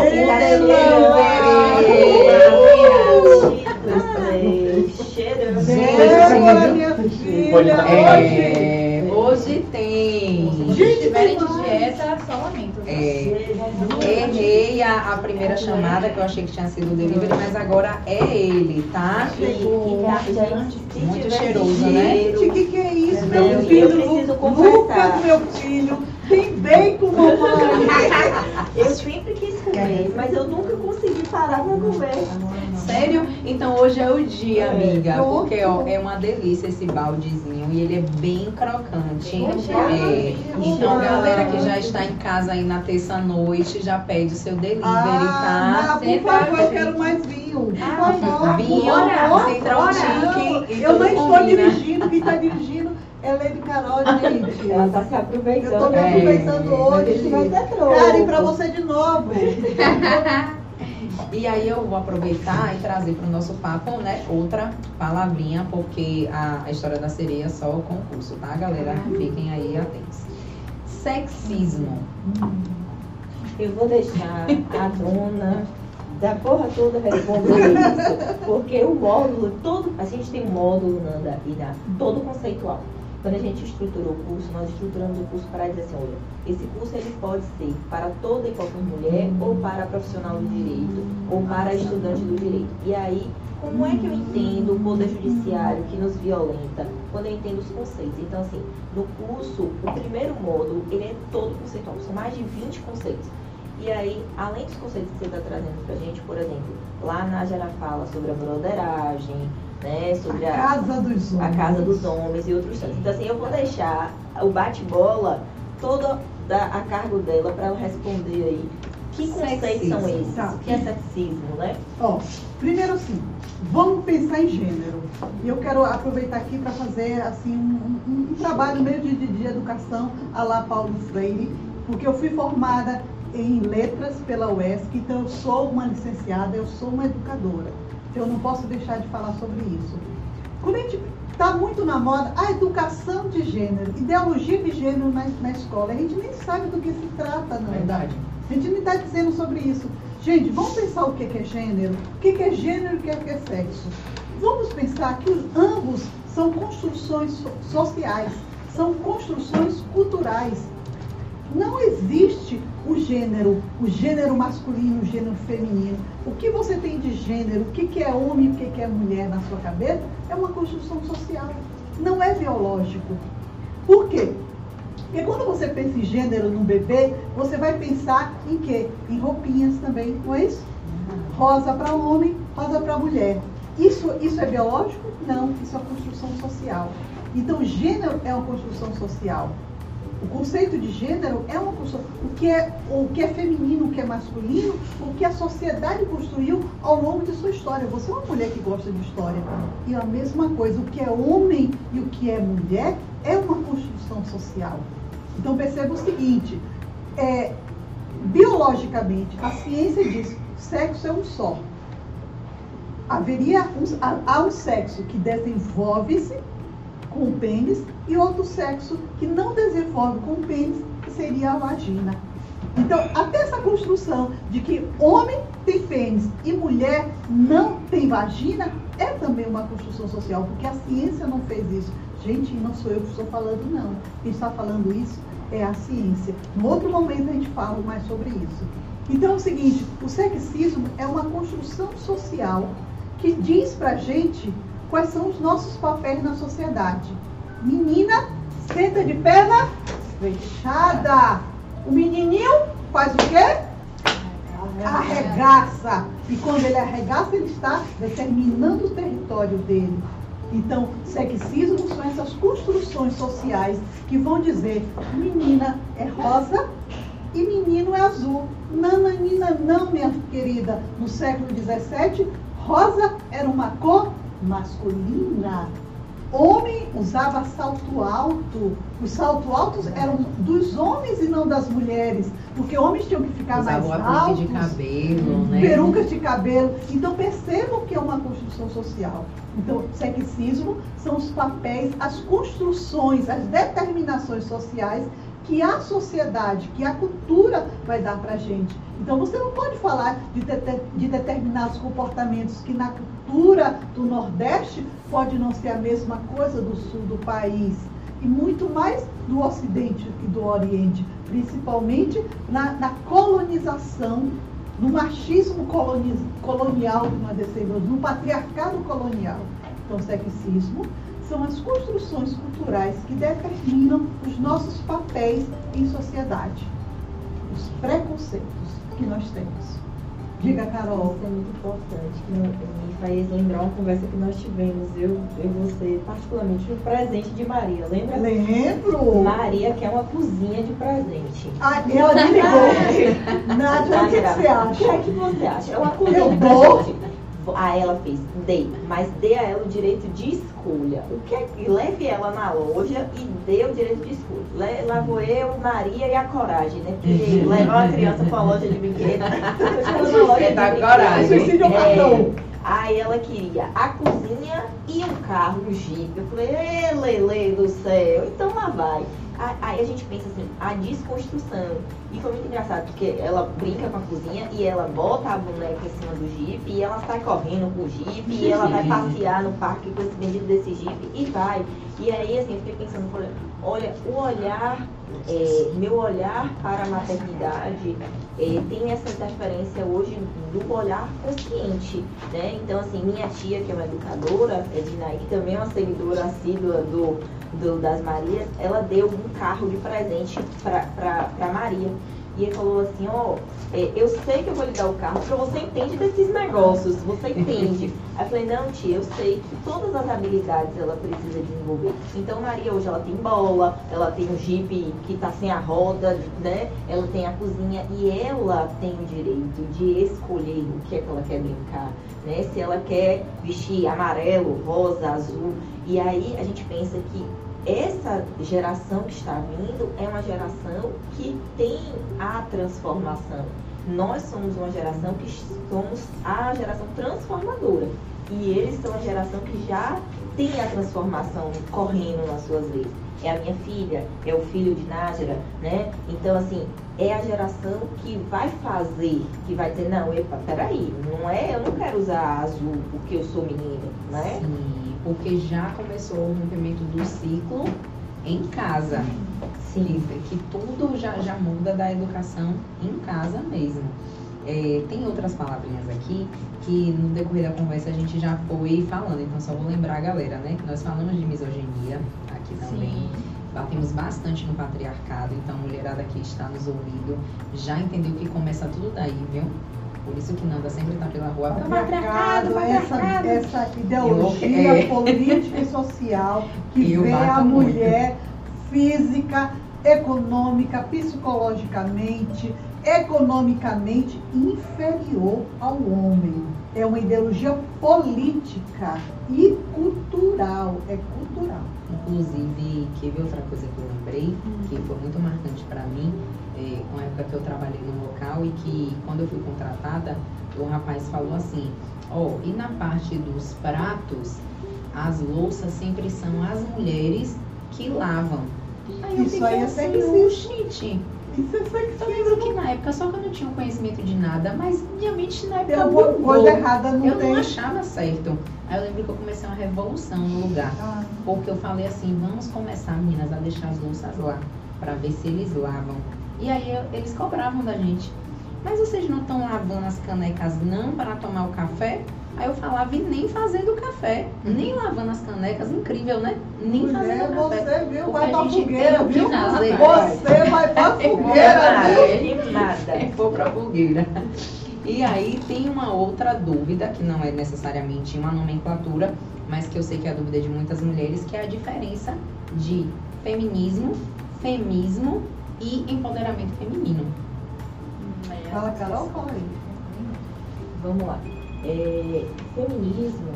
Speaker 1: delivery.
Speaker 4: Cheiro.
Speaker 5: Débora, minha filha, hoje.
Speaker 1: É, hoje tem.
Speaker 2: Se estiverem de dieta, só lamento. viu?
Speaker 1: É, errei a, a primeira chamada, que eu achei que tinha sido o delivery, mas agora é ele, tá? Muito cheiroso, né?
Speaker 5: Gente, o que, que é isso,
Speaker 4: Não,
Speaker 5: meu
Speaker 4: eu
Speaker 5: filho?
Speaker 4: preciso
Speaker 5: Lu-
Speaker 4: confessar.
Speaker 5: Lucas, meu filho, tem bacon, mamãe.
Speaker 4: Eu sempre quis comer, mas eu nunca consegui parar pra comer.
Speaker 1: Sério? Então hoje é o dia, amiga.
Speaker 5: Pronto.
Speaker 1: Porque ó, é uma delícia esse baldezinho e ele é bem crocante.
Speaker 2: Poxa,
Speaker 1: É, então,
Speaker 5: ah.
Speaker 1: galera que já está em casa aí na terça-noite, já pede o seu delivery,
Speaker 5: Ah,
Speaker 1: tá?
Speaker 5: não, por favor, eu quero mais vinho. Por favor.
Speaker 1: Vinho,
Speaker 5: Bora,
Speaker 1: Central
Speaker 5: bora.
Speaker 1: Chicken e
Speaker 5: Eu
Speaker 1: tudo
Speaker 5: não estou
Speaker 1: combina.
Speaker 5: dirigindo, quem está dirigindo é Lady Carol, gente.
Speaker 4: Ela tá se
Speaker 5: Eu
Speaker 4: aproveitando.
Speaker 5: estou me
Speaker 1: É.
Speaker 5: aproveitando hoje.
Speaker 4: Isso vai ser troco.
Speaker 5: Cara, e pra você de novo.
Speaker 1: E aí eu vou aproveitar e trazer para o nosso papo, né, outra palavrinha, porque a, a história da sereia é só o concurso, tá, galera? Fiquem aí atentos. Sexismo.
Speaker 4: Eu vou deixar a dona da porra toda responder isso, porque o módulo, todo, a gente tem um módulo, Nanda, e dá todo conceitual. Quando a gente estruturou o curso, nós estruturamos o curso para dizer assim, olha, esse curso ele pode ser para toda e qualquer mulher, ou para profissional do direito, ou para estudante do direito. E aí, como é que eu entendo o poder judiciário que nos violenta? Quando eu entendo os conceitos. Então, assim, no curso, o primeiro módulo, ele é todo conceitual, são mais de vinte conceitos. E aí, além dos conceitos que você está trazendo para a gente, por exemplo, lá na Jara fala sobre a broderagem, né, sobre
Speaker 5: a, a casa dos homens,
Speaker 4: a casa dos homens e outros tantos. Então, assim, eu vou deixar o bate-bola toda da, a cargo dela para ela responder aí. Que conceitos são esses? Tá. O que é sexismo, né?
Speaker 5: Ó, primeiro assim, vamos pensar em gênero. E eu quero aproveitar aqui para fazer assim um, um, um trabalho meio de, de, de educação à la Paulo Freire, porque eu fui formada em letras pela U E S C, então eu sou uma licenciada, eu sou uma educadora. Então eu não posso deixar de falar sobre isso. Quando a gente está muito na moda, a educação de gênero, ideologia de gênero na, na escola, a gente nem sabe do que se trata, não é?
Speaker 1: Verdade.
Speaker 5: A gente não está dizendo sobre isso. Gente, vamos pensar o que é gênero, o que é gênero e o que é sexo. Vamos pensar que ambos são construções sociais, são construções culturais. Não existe o gênero, o gênero masculino, o gênero feminino. O que você tem de gênero, o que é homem e o que é mulher na sua cabeça, é uma construção social. Não é biológico. Por quê? Porque quando você pensa em gênero no bebê, você vai pensar em quê? Em roupinhas também, não é isso? Rosa para homem, rosa para mulher. Isso, isso é biológico? Não, isso é uma construção social. Então, gênero é uma construção social. O conceito de gênero é uma construção. O que é, o que é feminino, o que é masculino, o que a sociedade construiu ao longo de sua história. Você é uma mulher que gosta de história. E a mesma coisa, o que é homem e o que é mulher é uma construção social. Então perceba o seguinte, é, biologicamente, a ciência diz que o sexo é um só. Haveria um, há um sexo que desenvolve-se com o pênis e outro sexo que não desenvolve com o pênis, que seria a vagina. Então, até essa construção de que homem tem pênis e mulher não tem vagina é também uma construção social, porque a ciência não fez isso. Gente, não sou eu que estou falando, não. Quem está falando isso é a ciência. Em outro momento a gente fala mais sobre isso. Então é o seguinte, o sexismo é uma construção social que diz pra gente quais são os nossos papéis na sociedade. Menina, senta de perna fechada. O menininho faz o quê? Arregaça. E quando ele arregaça, ele está determinando o território dele. Então, sexismo são essas construções sociais que vão dizer menina é rosa e menino é azul. Não, menina, não, minha querida. No século dezessete, rosa era uma cor masculina. Homem usava salto alto. Os saltos altos eram dos homens e não das mulheres, porque homens tinham que ficar
Speaker 1: usava
Speaker 5: mais
Speaker 1: altos.
Speaker 5: altos,
Speaker 1: de cabelo, né?
Speaker 5: Perucas de cabelo. Então percebam que é uma construção social. Então, sexismo são os papéis, as construções, as determinações sociais que a sociedade, que a cultura vai dar pra gente. Então você não pode falar de, de, de determinados comportamentos que na cultura do Nordeste pode não ser a mesma coisa do sul do país. E muito mais do Ocidente e do Oriente, principalmente na, na colonização, no machismo coloniz, colonial que nós descemos, no patriarcado colonial. Então, sexismo são as construções culturais que determinam os nossos papéis em sociedade, os preconceitos que nós temos. Diga, Carol.
Speaker 4: Isso é muito importante, que me faz lembrar uma conversa que nós tivemos, eu e você, particularmente, no presente de Maria, lembra?
Speaker 5: Lembro!
Speaker 4: Maria quer uma cozinha de presente.
Speaker 5: Ah, ela me ligou. Nádia, o que, que você acha?
Speaker 4: O que é que você acha? É uma cozinha
Speaker 5: Eu
Speaker 4: de
Speaker 5: dou.
Speaker 4: presente. Aí ela fez, dê, mas dê a ela o direito de escolha. O que é que leve ela na loja e dê o direito de escolha. Le, lá vou eu, Maria e a coragem, né? Porque levar uma criança para uma loja de brinquedos. uma loja de
Speaker 1: brinquedos. Coragem.
Speaker 4: É, aí ela queria a cozinha e um carro, um Jeep. Eu falei, ê, Lele do céu, então lá vai. Aí a gente pensa assim, a desconstrução. E foi muito engraçado, porque ela brinca com a cozinha e ela bota a boneca em cima do Jeep e ela sai correndo com o Jeep e ela vai passear no parque com esse bendito desse Jeep e vai. E aí, assim, eu fiquei pensando, olha, o olhar, é, meu olhar para a maternidade é, tem essa interferência hoje do olhar consciente, né? Então, assim, minha tia, que é uma educadora, Ednaí, que também é uma seguidora assídua do, do, das Marias, ela deu um carro de presente para Maria. E ele falou assim, ó, oh, é, eu sei que eu vou lhe dar o carro, porque você entende desses negócios, você entende. Aí eu falei, não tia, eu sei que todas as habilidades ela precisa desenvolver. Então Maria hoje ela tem bola, ela tem um Jeep que tá sem a roda, né? Ela tem a cozinha e ela tem o direito de escolher o que é que ela quer brincar, né? Se ela quer vestir amarelo, rosa, azul. E aí a gente pensa que essa geração que está vindo é uma geração que tem a transformação. Nós somos uma geração que somos a geração transformadora. E eles são a geração que já tem a transformação correndo nas suas veias. É a minha filha, é o filho de Nájera, né? Então, assim, é a geração que vai fazer, que vai dizer, não, epa, peraí, não é, eu não quero usar azul porque eu sou menina, né?
Speaker 1: Sim. Porque já começou o rompimento do ciclo em casa. Sim. Que tudo já, já muda da educação em casa mesmo. É, tem outras palavrinhas aqui que no decorrer da conversa a gente já foi falando, então só vou lembrar a galera, né? Que nós falamos de misoginia aqui também. Sim. Batemos bastante no patriarcado, então a mulherada que está nos ouvindo já entendeu que começa tudo daí, viu? Por isso que Nanda sempre está pela rua.
Speaker 5: Patriarcado, patriarcado. Essa, essa ideologia eu, é, política e social que vê a mulher muito. Física, econômica, psicologicamente, economicamente inferior ao homem. É uma ideologia política e cultural. É cultural.
Speaker 1: Inclusive, que vi outra coisa que eu lembrei, que foi muito marcante para mim, é, com a época que eu trabalhei no local e que quando eu fui contratada, o rapaz falou assim, ó, oh, e na parte dos pratos, as louças sempre são as mulheres que lavam. Aí eu
Speaker 5: Isso aí é
Speaker 1: assim, gente.
Speaker 5: Isso é sexismo.
Speaker 1: Eu lembro que na época, só que eu não tinha conhecimento de nada, mas realmente na época
Speaker 5: eu vou, coisa errada não
Speaker 1: eu
Speaker 5: tem.
Speaker 1: não achava certo. Aí eu lembro que eu comecei uma revolução no lugar. Ah. Porque eu falei assim, vamos começar, meninas, a deixar as louças lá, para ver se eles lavam. E aí eu, eles cobravam da gente. Mas vocês não estão lavando as canecas não para tomar o café? Aí eu falava, e nem fazendo o café, nem lavando as canecas, incrível, né? Nem
Speaker 5: Mulher,
Speaker 1: fazendo o café.
Speaker 5: Você, viu, vai pra fogueira, viu?
Speaker 1: Fazer.
Speaker 5: Você vai pra fogueira,
Speaker 4: viu? Nada.
Speaker 1: Vou pra fogueira. E aí tem uma outra dúvida, que não é necessariamente uma nomenclatura, mas que eu sei que é a dúvida de muitas mulheres, que é a diferença de feminismo, femismo e empoderamento feminino.
Speaker 5: Fala, Carol, fala aí.
Speaker 4: Vamos lá. É, feminismo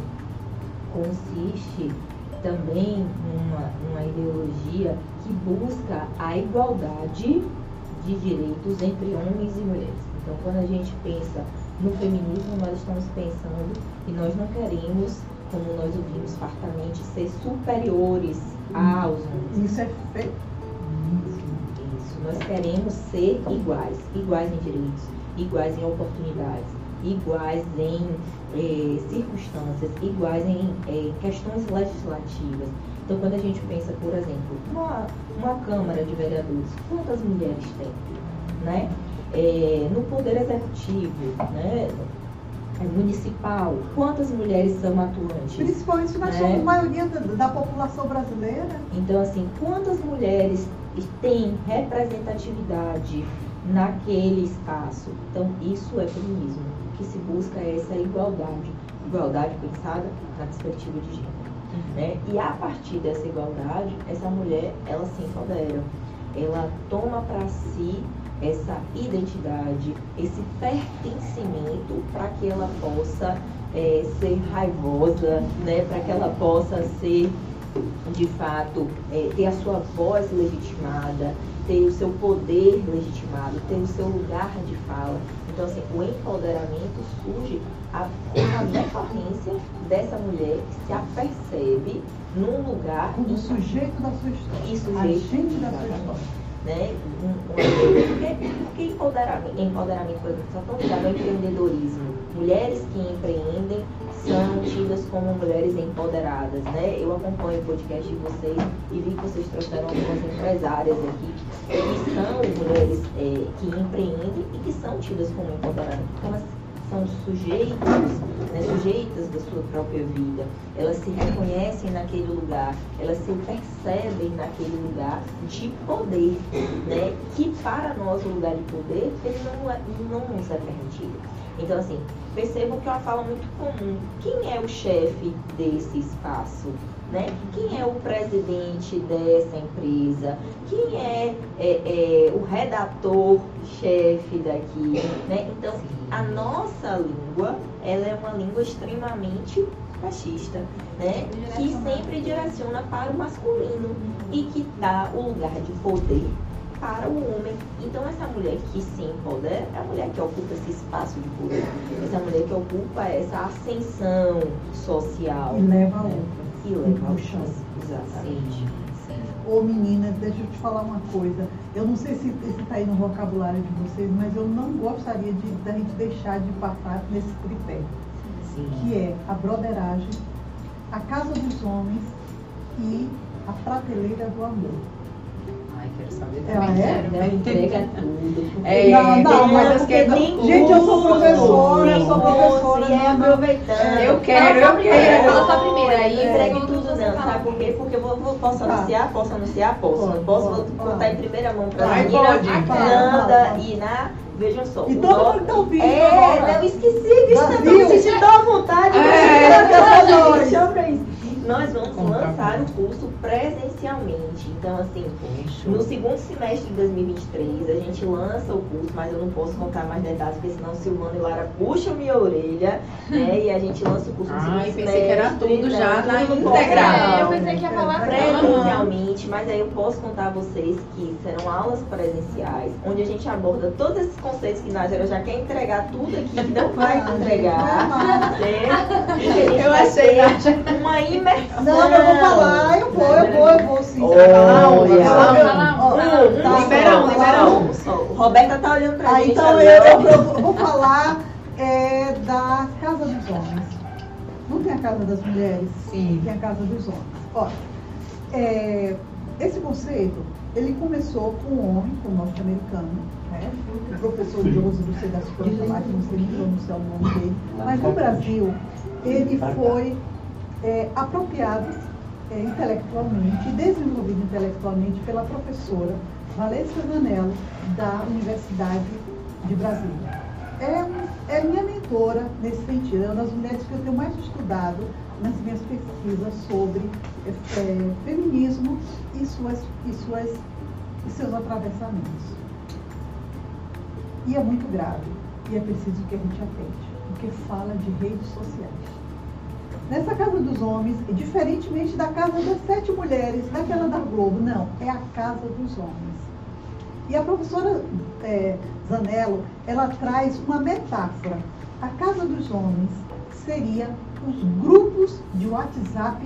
Speaker 4: consiste também numa, numa ideologia que busca a igualdade de direitos entre homens e mulheres. Então, quando a gente pensa no feminismo, nós estamos pensando que nós não queremos, como nós ouvimos fartamente, ser superiores aos homens.
Speaker 5: Isso é feio.
Speaker 4: Isso. Nós queremos ser iguais, iguais em direitos, iguais em oportunidades, iguais em eh, circunstâncias, iguais em eh, questões legislativas. Então, quando a gente pensa, por exemplo, uma, uma Câmara de Vereadores, quantas mulheres tem? Né? É, no Poder Executivo, né? Municipal, quantas mulheres são atuantes?
Speaker 5: Principalmente nós
Speaker 4: né?
Speaker 5: somos a maioria da, da população brasileira.
Speaker 4: Então, assim, quantas mulheres têm representatividade naquele espaço? Então, isso é feminismo. O que se busca é essa igualdade. Igualdade pensada na perspectiva de gênero. Uhum. Né? E a partir dessa igualdade, essa mulher, ela se empodera. Ela toma para si essa identidade, esse pertencimento para que ela possa é, ser raivosa, né? Para que ela possa ser, de fato, é, ter a sua voz legitimada, ter o seu poder legitimado, ter o seu lugar de fala. Então, assim, o empoderamento surge a, a decorrência dessa mulher que se apercebe num lugar...
Speaker 5: Como sujeito da sua história.
Speaker 4: E sujeito
Speaker 5: agente da sua história.
Speaker 4: Né? Um, um, porque porque empoderamento, empoderamento, por exemplo, só tão ligado ao empreendedorismo. Mulheres que empreendem são tidas como mulheres empoderadas, né? Eu acompanho o podcast de vocês e vi que vocês trouxeram algumas empresárias aqui que são mulheres é, que empreendem e que são tidas como empoderadas, porque elas são sujeitos, né, sujeitas da sua própria vida. Elas se reconhecem naquele lugar, elas se percebem naquele lugar de poder, né, que para nós o lugar de poder ele não, é, não nos é permitido. Então, assim, percebam que é uma fala muito comum. Quem é o chefe desse espaço? Né? Quem é o presidente dessa empresa? Quem é, é, é o redator-chefe daqui? Né? Então, a nossa língua, ela é uma língua extremamente machista, né? Que sempre direciona para o masculino e que dá o lugar de poder para o homem. Então, essa mulher que se empodera é a mulher que ocupa esse espaço de poder, essa mulher que ocupa essa ascensão social.
Speaker 5: E leva a
Speaker 4: né?
Speaker 5: outra.
Speaker 4: E leva a
Speaker 5: outra.
Speaker 4: Exatamente.
Speaker 5: Ô meninas, deixa eu te falar uma coisa. Eu não sei se está aí no vocabulário de vocês, mas eu não gostaria de da gente deixar de passar nesse tripé.
Speaker 4: Sim.
Speaker 5: Que é a broderagem, a casa dos homens e a prateleira do amor.
Speaker 1: Ai, quero saber
Speaker 5: Ela
Speaker 1: também.
Speaker 5: é?
Speaker 1: Quero.
Speaker 4: Ela entrega tudo.
Speaker 1: É,
Speaker 5: Não, não,
Speaker 1: tem
Speaker 5: mas
Speaker 1: coisas que é
Speaker 4: tem
Speaker 1: do
Speaker 5: Gente, eu sou
Speaker 1: curso.
Speaker 5: professora, eu sou
Speaker 4: Tem
Speaker 5: professora.
Speaker 4: curso, e é
Speaker 5: não, não.
Speaker 4: aproveitando.
Speaker 1: Eu quero,
Speaker 2: Fala só
Speaker 1: eu
Speaker 2: primeiro,
Speaker 1: quero.
Speaker 2: fala só primeiro, aí
Speaker 4: É. Entregue
Speaker 2: tudo
Speaker 4: tudo
Speaker 2: você
Speaker 4: não,
Speaker 2: fala.
Speaker 4: sabe por quê? Porque eu vou, vou- posso
Speaker 5: Tá.
Speaker 4: anunciar, posso anunciar, posso.
Speaker 5: Pode,
Speaker 4: Não posso,
Speaker 5: pode,
Speaker 4: vou
Speaker 5: pode.
Speaker 4: contar em primeira mão para
Speaker 1: Vai,
Speaker 4: a menina,
Speaker 1: pode.
Speaker 4: a
Speaker 5: Vai,
Speaker 4: Nanda
Speaker 5: vai.
Speaker 4: e na... Vejam só.
Speaker 5: E
Speaker 4: o
Speaker 5: todo
Speaker 4: nome-
Speaker 5: mundo tá ouvindo
Speaker 4: É,
Speaker 5: agora.
Speaker 4: não, esqueci que está
Speaker 5: Brasil.
Speaker 4: me sentindo à vontade.
Speaker 1: É.
Speaker 4: Mas deixa pra isso. Nós vamos
Speaker 1: Compra.
Speaker 4: lançar o curso presencialmente. Então, assim, no segundo semestre de dois mil e vinte e três, a gente lança o curso, mas eu não posso contar mais detalhes, porque senão Silvana e Lara puxam minha orelha, né? E a gente lança o curso no
Speaker 1: Ai,
Speaker 4: segundo
Speaker 1: pensei
Speaker 4: semestre.
Speaker 1: que era tudo já
Speaker 4: né?
Speaker 1: na
Speaker 4: Tudo
Speaker 1: integral.
Speaker 2: É, eu pensei que ia falar
Speaker 4: presencialmente, mas aí eu posso contar a vocês que serão aulas presenciais, onde a gente aborda todos esses conceitos que Nájera já quer entregar tudo aqui, que não vai entregar, né? E que a gente
Speaker 1: Eu
Speaker 4: vai
Speaker 1: achei,
Speaker 4: ter
Speaker 1: Nájera.
Speaker 4: uma imersão.
Speaker 5: Não, eu vou falar, eu vou, eu vou, eu vou sim.
Speaker 4: Olha.
Speaker 1: Fala um,
Speaker 5: Eu-
Speaker 1: fala
Speaker 5: eu-
Speaker 1: um.
Speaker 5: ó,
Speaker 4: Um,
Speaker 5: tá,
Speaker 1: libera um,
Speaker 5: tá,
Speaker 1: libera
Speaker 5: tá.
Speaker 1: um.
Speaker 4: Só. O Roberta tá olhando pra
Speaker 5: Ah,
Speaker 4: gente
Speaker 5: então
Speaker 4: agora.
Speaker 5: eu, eu, eu vou falar é, da Casa dos Homens. Não tem a Casa das Mulheres?
Speaker 1: Sim.
Speaker 5: Tem a Casa dos Homens. Olha, é, esse conceito, ele começou com um homem, com um norte-americano, né? O professor José do Sei das Coisas lá, que não sei nem pronunciar o nome dele. Mas no Brasil, ele foi é, apropriado é, intelectualmente e desenvolvido intelectualmente pela professora Valesca Zanello, da Universidade de Brasília. É, é minha mentora nesse sentido, é uma das mulheres que eu tenho mais estudado nas minhas pesquisas sobre é, feminismo e, suas, e, suas, e seus atravessamentos. E é muito grave, e é preciso que a gente atente, porque fala de redes sociais. Nessa Casa dos Homens, diferentemente da Casa das Sete Mulheres, daquela da Globo, não, é a Casa dos Homens. E a professora é, Zanello, ela traz uma metáfora. A Casa dos Homens seria os grupos de WhatsApp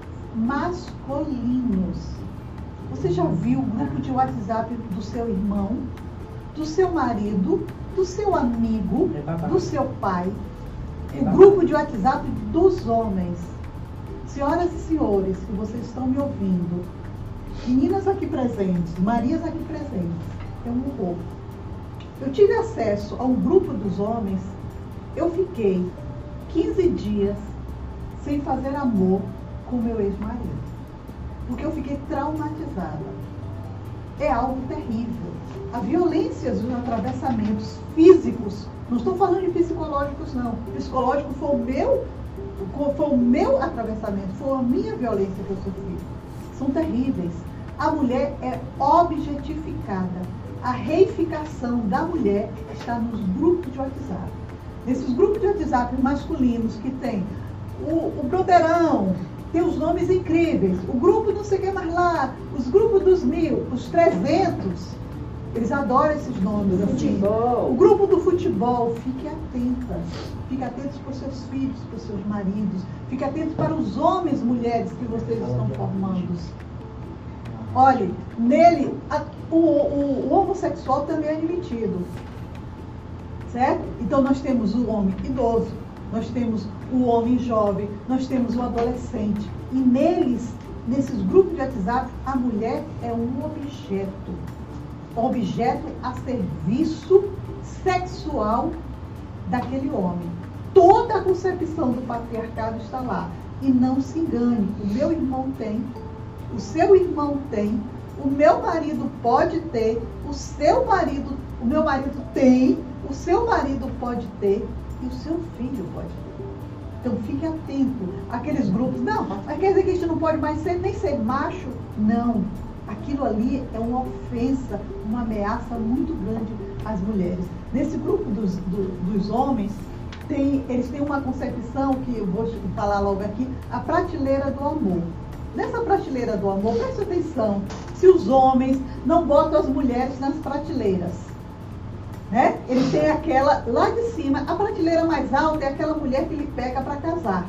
Speaker 5: masculinos. Você já viu o grupo de WhatsApp do seu irmão, do seu marido, do seu amigo, do seu pai? O grupo de WhatsApp dos homens. Senhoras e senhores, que vocês estão me ouvindo, meninas aqui presentes, Marias aqui presentes, é um horror. Eu tive acesso a um grupo dos homens, eu fiquei quinze dias sem fazer amor com meu ex-marido, porque eu fiquei traumatizada. É algo terrível. A violência dos atravessamentos físicos, não estou falando de psicológicos não, psicológico foi o meu, foi o meu atravessamento, foi a minha violência que eu sofri. São terríveis. A mulher é objetificada. A reificação da mulher está nos grupos de WhatsApp. Nesses grupos de WhatsApp masculinos que tem o, o broderão, tem os nomes incríveis, o grupo não sei o que mais lá, os grupos dos mil, os trezentos, eles adoram esses nomes. Assim. O grupo do futebol, fique atenta, fique atentos para os seus filhos, para os seus maridos, fique atentos para os homens, mulheres que vocês estão formando. Olhe, nele, a, o, o, o homossexual também é admitido. Certo? Então nós temos o homem idoso, nós temos o homem jovem, nós temos o adolescente. E neles, nesses grupos de WhatsApp, a mulher é um objeto. Objeto a serviço sexual daquele homem. Toda a concepção do patriarcado está lá. E não se engane, o meu irmão tem, o seu irmão tem, o meu marido pode ter, o seu marido, o meu marido tem, o seu marido pode ter e o seu filho pode ter. Então fique atento àqueles grupos. Não, mas quer dizer que a gente não pode mais ser, nem ser macho? Não. Aquilo ali é uma ofensa, uma ameaça muito grande às mulheres. Nesse grupo dos, do, dos homens, tem, eles têm uma concepção que eu vou falar logo aqui, a prateleira do amor. Nessa prateleira do amor, preste atenção, se os homens não botam as mulheres nas prateleiras, né? Ele tem aquela, lá de cima, a prateleira mais alta é aquela mulher que ele pega para casar.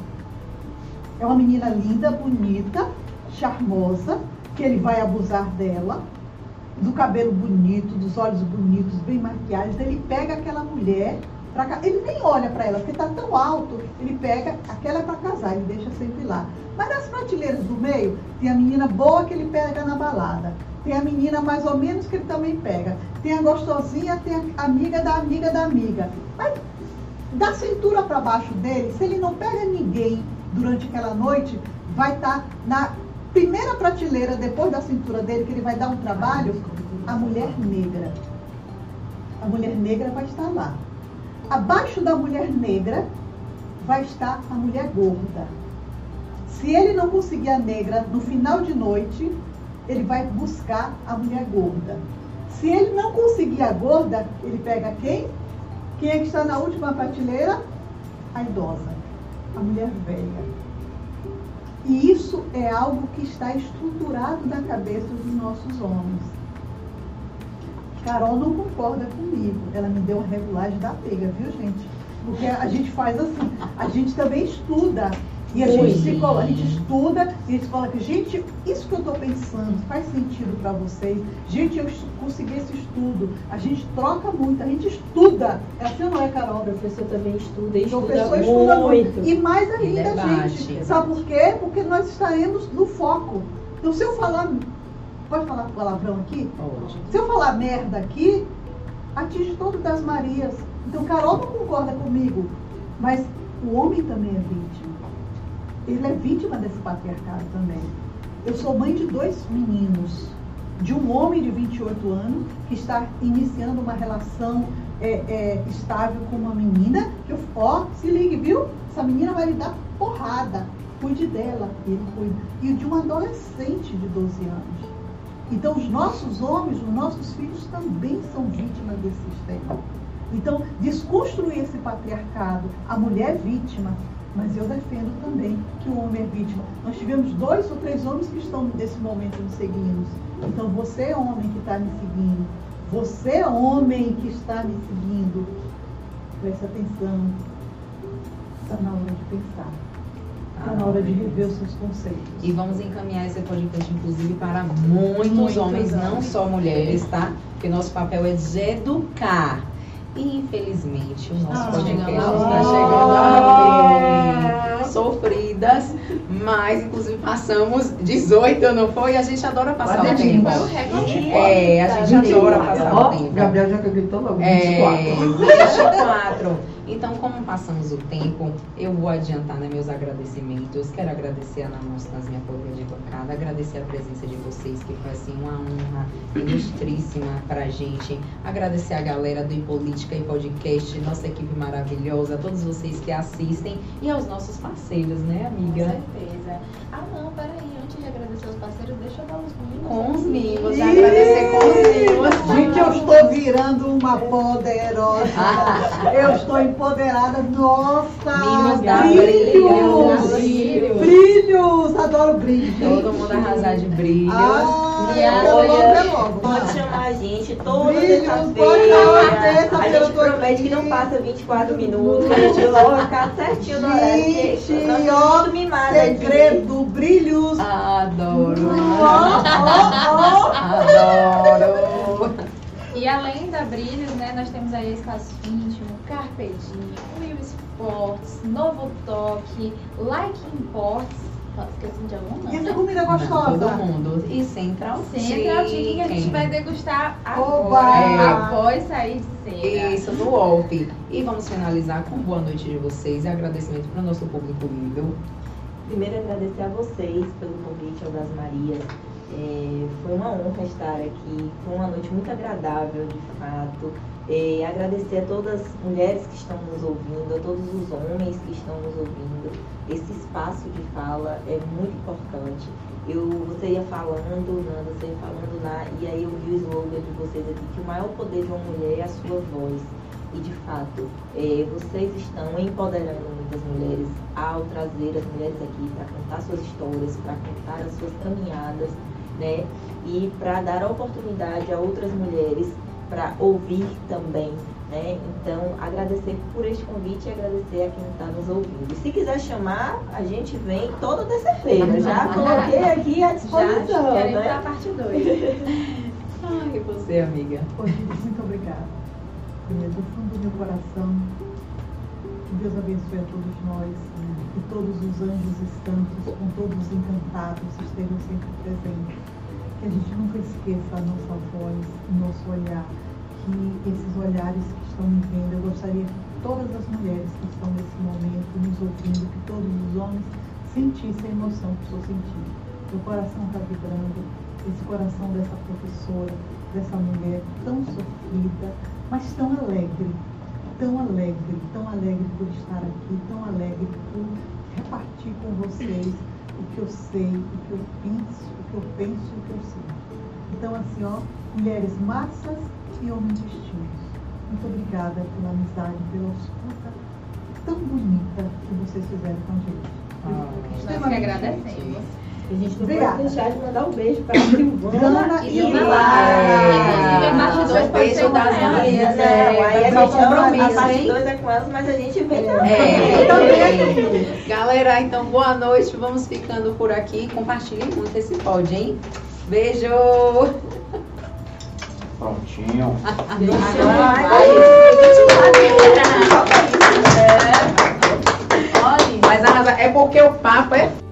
Speaker 5: É uma menina linda, bonita, charmosa, que ele vai abusar dela, do cabelo bonito, dos olhos bonitos, bem maquiados. Ele pega aquela mulher para casar. Ele nem olha para ela, porque está tão alto, ele pega aquela para casar, ele deixa sempre lá. Mas nas prateleiras do meio, tem a menina boa que ele pega na balada. Tem a menina mais ou menos que ele também pega. Tem a gostosinha, tem a amiga da amiga da amiga. Mas da cintura para baixo dele, se ele não pega ninguém durante aquela noite, vai estar na primeira prateleira, depois da cintura dele, que ele vai dar um trabalho, a mulher negra. A mulher negra vai estar lá. Abaixo da mulher negra vai estar a mulher gorda. Se ele não conseguir a negra no final de noite, ele vai buscar a mulher gorda. Se ele não conseguir a gorda, ele pega quem? Quem é que está na última prateleira? A idosa, a mulher velha. E isso é algo que está estruturado na cabeça dos nossos homens. Carol não concorda comigo. Ela me deu a regulagem da pega, viu, gente? Porque a gente faz assim, a gente também estuda. E a gente, se coloca, a gente estuda e a gente fala que, gente, isso que eu estou pensando faz sentido para vocês. Gente, eu consegui esse estudo. A gente troca muito, a gente estuda. É assim, não é, Carol?
Speaker 4: O professor também estuda e
Speaker 5: o
Speaker 4: estuda,
Speaker 5: professor estuda
Speaker 4: muito.
Speaker 5: muito. E mais ainda,
Speaker 1: Debate.
Speaker 5: gente. Sabe por quê? Porque nós estaremos no foco. Então, se eu falar... Pode falar palavrão aqui?
Speaker 1: Pode.
Speaker 5: Se eu falar merda aqui, atinge todas as Marias. Então, Carol não concorda comigo. Mas o homem também é vítima. Ele é vítima desse patriarcado também. Eu sou mãe de dois meninos, de um homem de vinte e oito anos, que está iniciando uma relação é, é, estável com uma menina, que eu, ó, se ligue, viu? Essa menina vai lhe dar porrada, cuide dela, ele cuida. E de um adolescente de doze anos. Então, os nossos homens, os nossos filhos também são vítimas desse sistema. Então, desconstruir esse patriarcado, a mulher é vítima, mas eu defendo também que o homem é vítima. Nós tivemos dois ou três homens que estão nesse momento nos seguindo. Então você, homem que está me seguindo, você, homem que está me seguindo, preste atenção. Está na hora de pensar. Está na hora de rever os seus conceitos.
Speaker 1: E vamos encaminhar esse podcast, inclusive, para muitos,
Speaker 5: Muitos
Speaker 1: homens, não
Speaker 5: homens.
Speaker 1: só mulheres, tá? Porque nosso papel é de educar. E, infelizmente, o nosso
Speaker 2: Ah,
Speaker 1: podcast
Speaker 2: chegando
Speaker 1: está
Speaker 2: ao
Speaker 1: chegando ao fim. Sofridas, mas, inclusive, passamos dezoito, não foi? A gente adora passar o tempo.
Speaker 2: Foi o recorde.
Speaker 1: É, a gente adora passar o tempo.
Speaker 3: Gabriel já acreditou logo,
Speaker 1: É,
Speaker 3: vinte e quatro.
Speaker 1: vinte e quatro. Então, como passamos o tempo, eu vou adiantar, né, meus agradecimentos. Quero agradecer a Ana Monstro, minha colega de bancada, agradecer a presença de vocês, que foi assim uma honra ilustríssima pra gente. Agradecer a galera do Política e Podcast, nossa equipe maravilhosa, a todos vocês que assistem e aos nossos parceiros, né, amiga?
Speaker 2: Com certeza. Ah, não, peraí. Antes de agradecer aos parceiros, deixa eu dar os mimos.
Speaker 1: Com os
Speaker 2: aqui.
Speaker 1: mimos, agradecer com os mimos.
Speaker 5: eu estou virando uma poderosa. Eu estou empoderada. Nossa,
Speaker 1: Meninos da
Speaker 5: brilhos,
Speaker 1: brilho.
Speaker 5: brilhos, adoro brilhos.
Speaker 1: Todo mundo arrasar de brilho.
Speaker 5: Ah,
Speaker 3: E a
Speaker 5: eu vou logo, é logo.
Speaker 3: Pode chamar a gente toda
Speaker 5: Brilhos,
Speaker 3: terça-feira.
Speaker 5: pode chamar, terça-feira
Speaker 3: A
Speaker 5: eu
Speaker 3: gente
Speaker 5: tô
Speaker 3: promete
Speaker 5: aqui.
Speaker 3: que não passa vinte e quatro minutos. A gente logo vai ficar certinho do horário. porque
Speaker 5: Gente,
Speaker 3: nós somos
Speaker 5: ó,
Speaker 3: muito mimadas aqui.
Speaker 5: segredo, brilhos.
Speaker 1: Adoro.
Speaker 5: Ó, ó, ó.
Speaker 1: Adoro.
Speaker 2: E além da Brilhos, né, nós temos aí Espaço Íntimo, Carpe Diem, Will Sports, Novo Toque, Like Imports. Esqueci de algum não,
Speaker 5: E essa
Speaker 2: né?
Speaker 5: comida
Speaker 1: Não,
Speaker 5: gostosa?
Speaker 1: todo mundo. E Central
Speaker 2: Central Chicken que a gente vai degustar
Speaker 5: Oba!
Speaker 2: agora, após sair de cena.
Speaker 1: Isso, no U O P. E vamos finalizar com boa noite de vocês e agradecimento para o nosso público lindo.
Speaker 3: Primeiro, agradecer a vocês pelo convite ao Das Marias. É, foi uma honra estar aqui. Foi uma noite muito agradável, de fato. É, agradecer a todas as mulheres que estão nos ouvindo, a todos os homens que estão nos ouvindo. Esse espaço de fala é muito importante. Eu, você ia falando, Nanda, você ia falando lá, e aí eu vi o slogan de vocês aqui, que o maior poder de uma mulher é a sua voz. E de fato, é, vocês estão empoderando muitas mulheres ao trazer as mulheres aqui para contar suas histórias, para contar as suas caminhadas, né? E para dar a oportunidade a outras mulheres para ouvir também, né? Então, agradecer por este convite e agradecer a quem está nos ouvindo. E se quiser chamar, a gente vem toda terça-feira. Já coloquei aqui à disposição,
Speaker 2: Já queremos
Speaker 3: né?
Speaker 2: a parte dois.
Speaker 1: Ai, e você, amiga?
Speaker 5: Ô, gente, muito obrigada. É, do fundo do meu coração, que Deus abençoe a todos nós, que todos os anjos estantes, com todos os encantados, estejam sempre presentes. Que a gente nunca esqueça a nossa voz, o nosso olhar, que esses olhares que estão me vendo, eu gostaria que todas as mulheres que estão nesse momento nos ouvindo, que todos os homens sentissem a emoção que estou sentindo. Meu coração está vibrando, esse coração dessa professora, dessa mulher tão sofrida, mas tão alegre, tão alegre, tão alegre por estar aqui, tão alegre por repartir com vocês o que eu sei, o que eu penso, o que eu penso e o que eu sinto. Então, assim, ó, mulheres massas e homens distintos. Muito obrigada pela amizade, pela escuta tão bonita que vocês fizeram com a gente.
Speaker 1: Ah,
Speaker 2: Nós que agradecemos.
Speaker 3: A gente não
Speaker 5: Obrigada.
Speaker 3: pode deixar de mandar um beijo para a Silvana
Speaker 5: Silvana
Speaker 3: e
Speaker 5: e
Speaker 3: Lara.
Speaker 2: Lara.
Speaker 1: É,
Speaker 2: Bastidores
Speaker 1: o beijo
Speaker 2: pode
Speaker 1: das
Speaker 2: ser com
Speaker 1: Marias,
Speaker 3: Não,
Speaker 1: é,
Speaker 3: aí a
Speaker 1: vai
Speaker 3: gente
Speaker 1: pra
Speaker 3: ama, a
Speaker 1: compromisso,
Speaker 3: parte
Speaker 1: hein?
Speaker 3: dois é com elas, mas a gente vem também.
Speaker 1: É. Galera, então boa noite, vamos ficando por aqui. Compartilhem muito esse pod, hein? Beijo!
Speaker 6: Prontinho.
Speaker 3: Agora,
Speaker 1: Olha, mas arrasa- é porque o papo é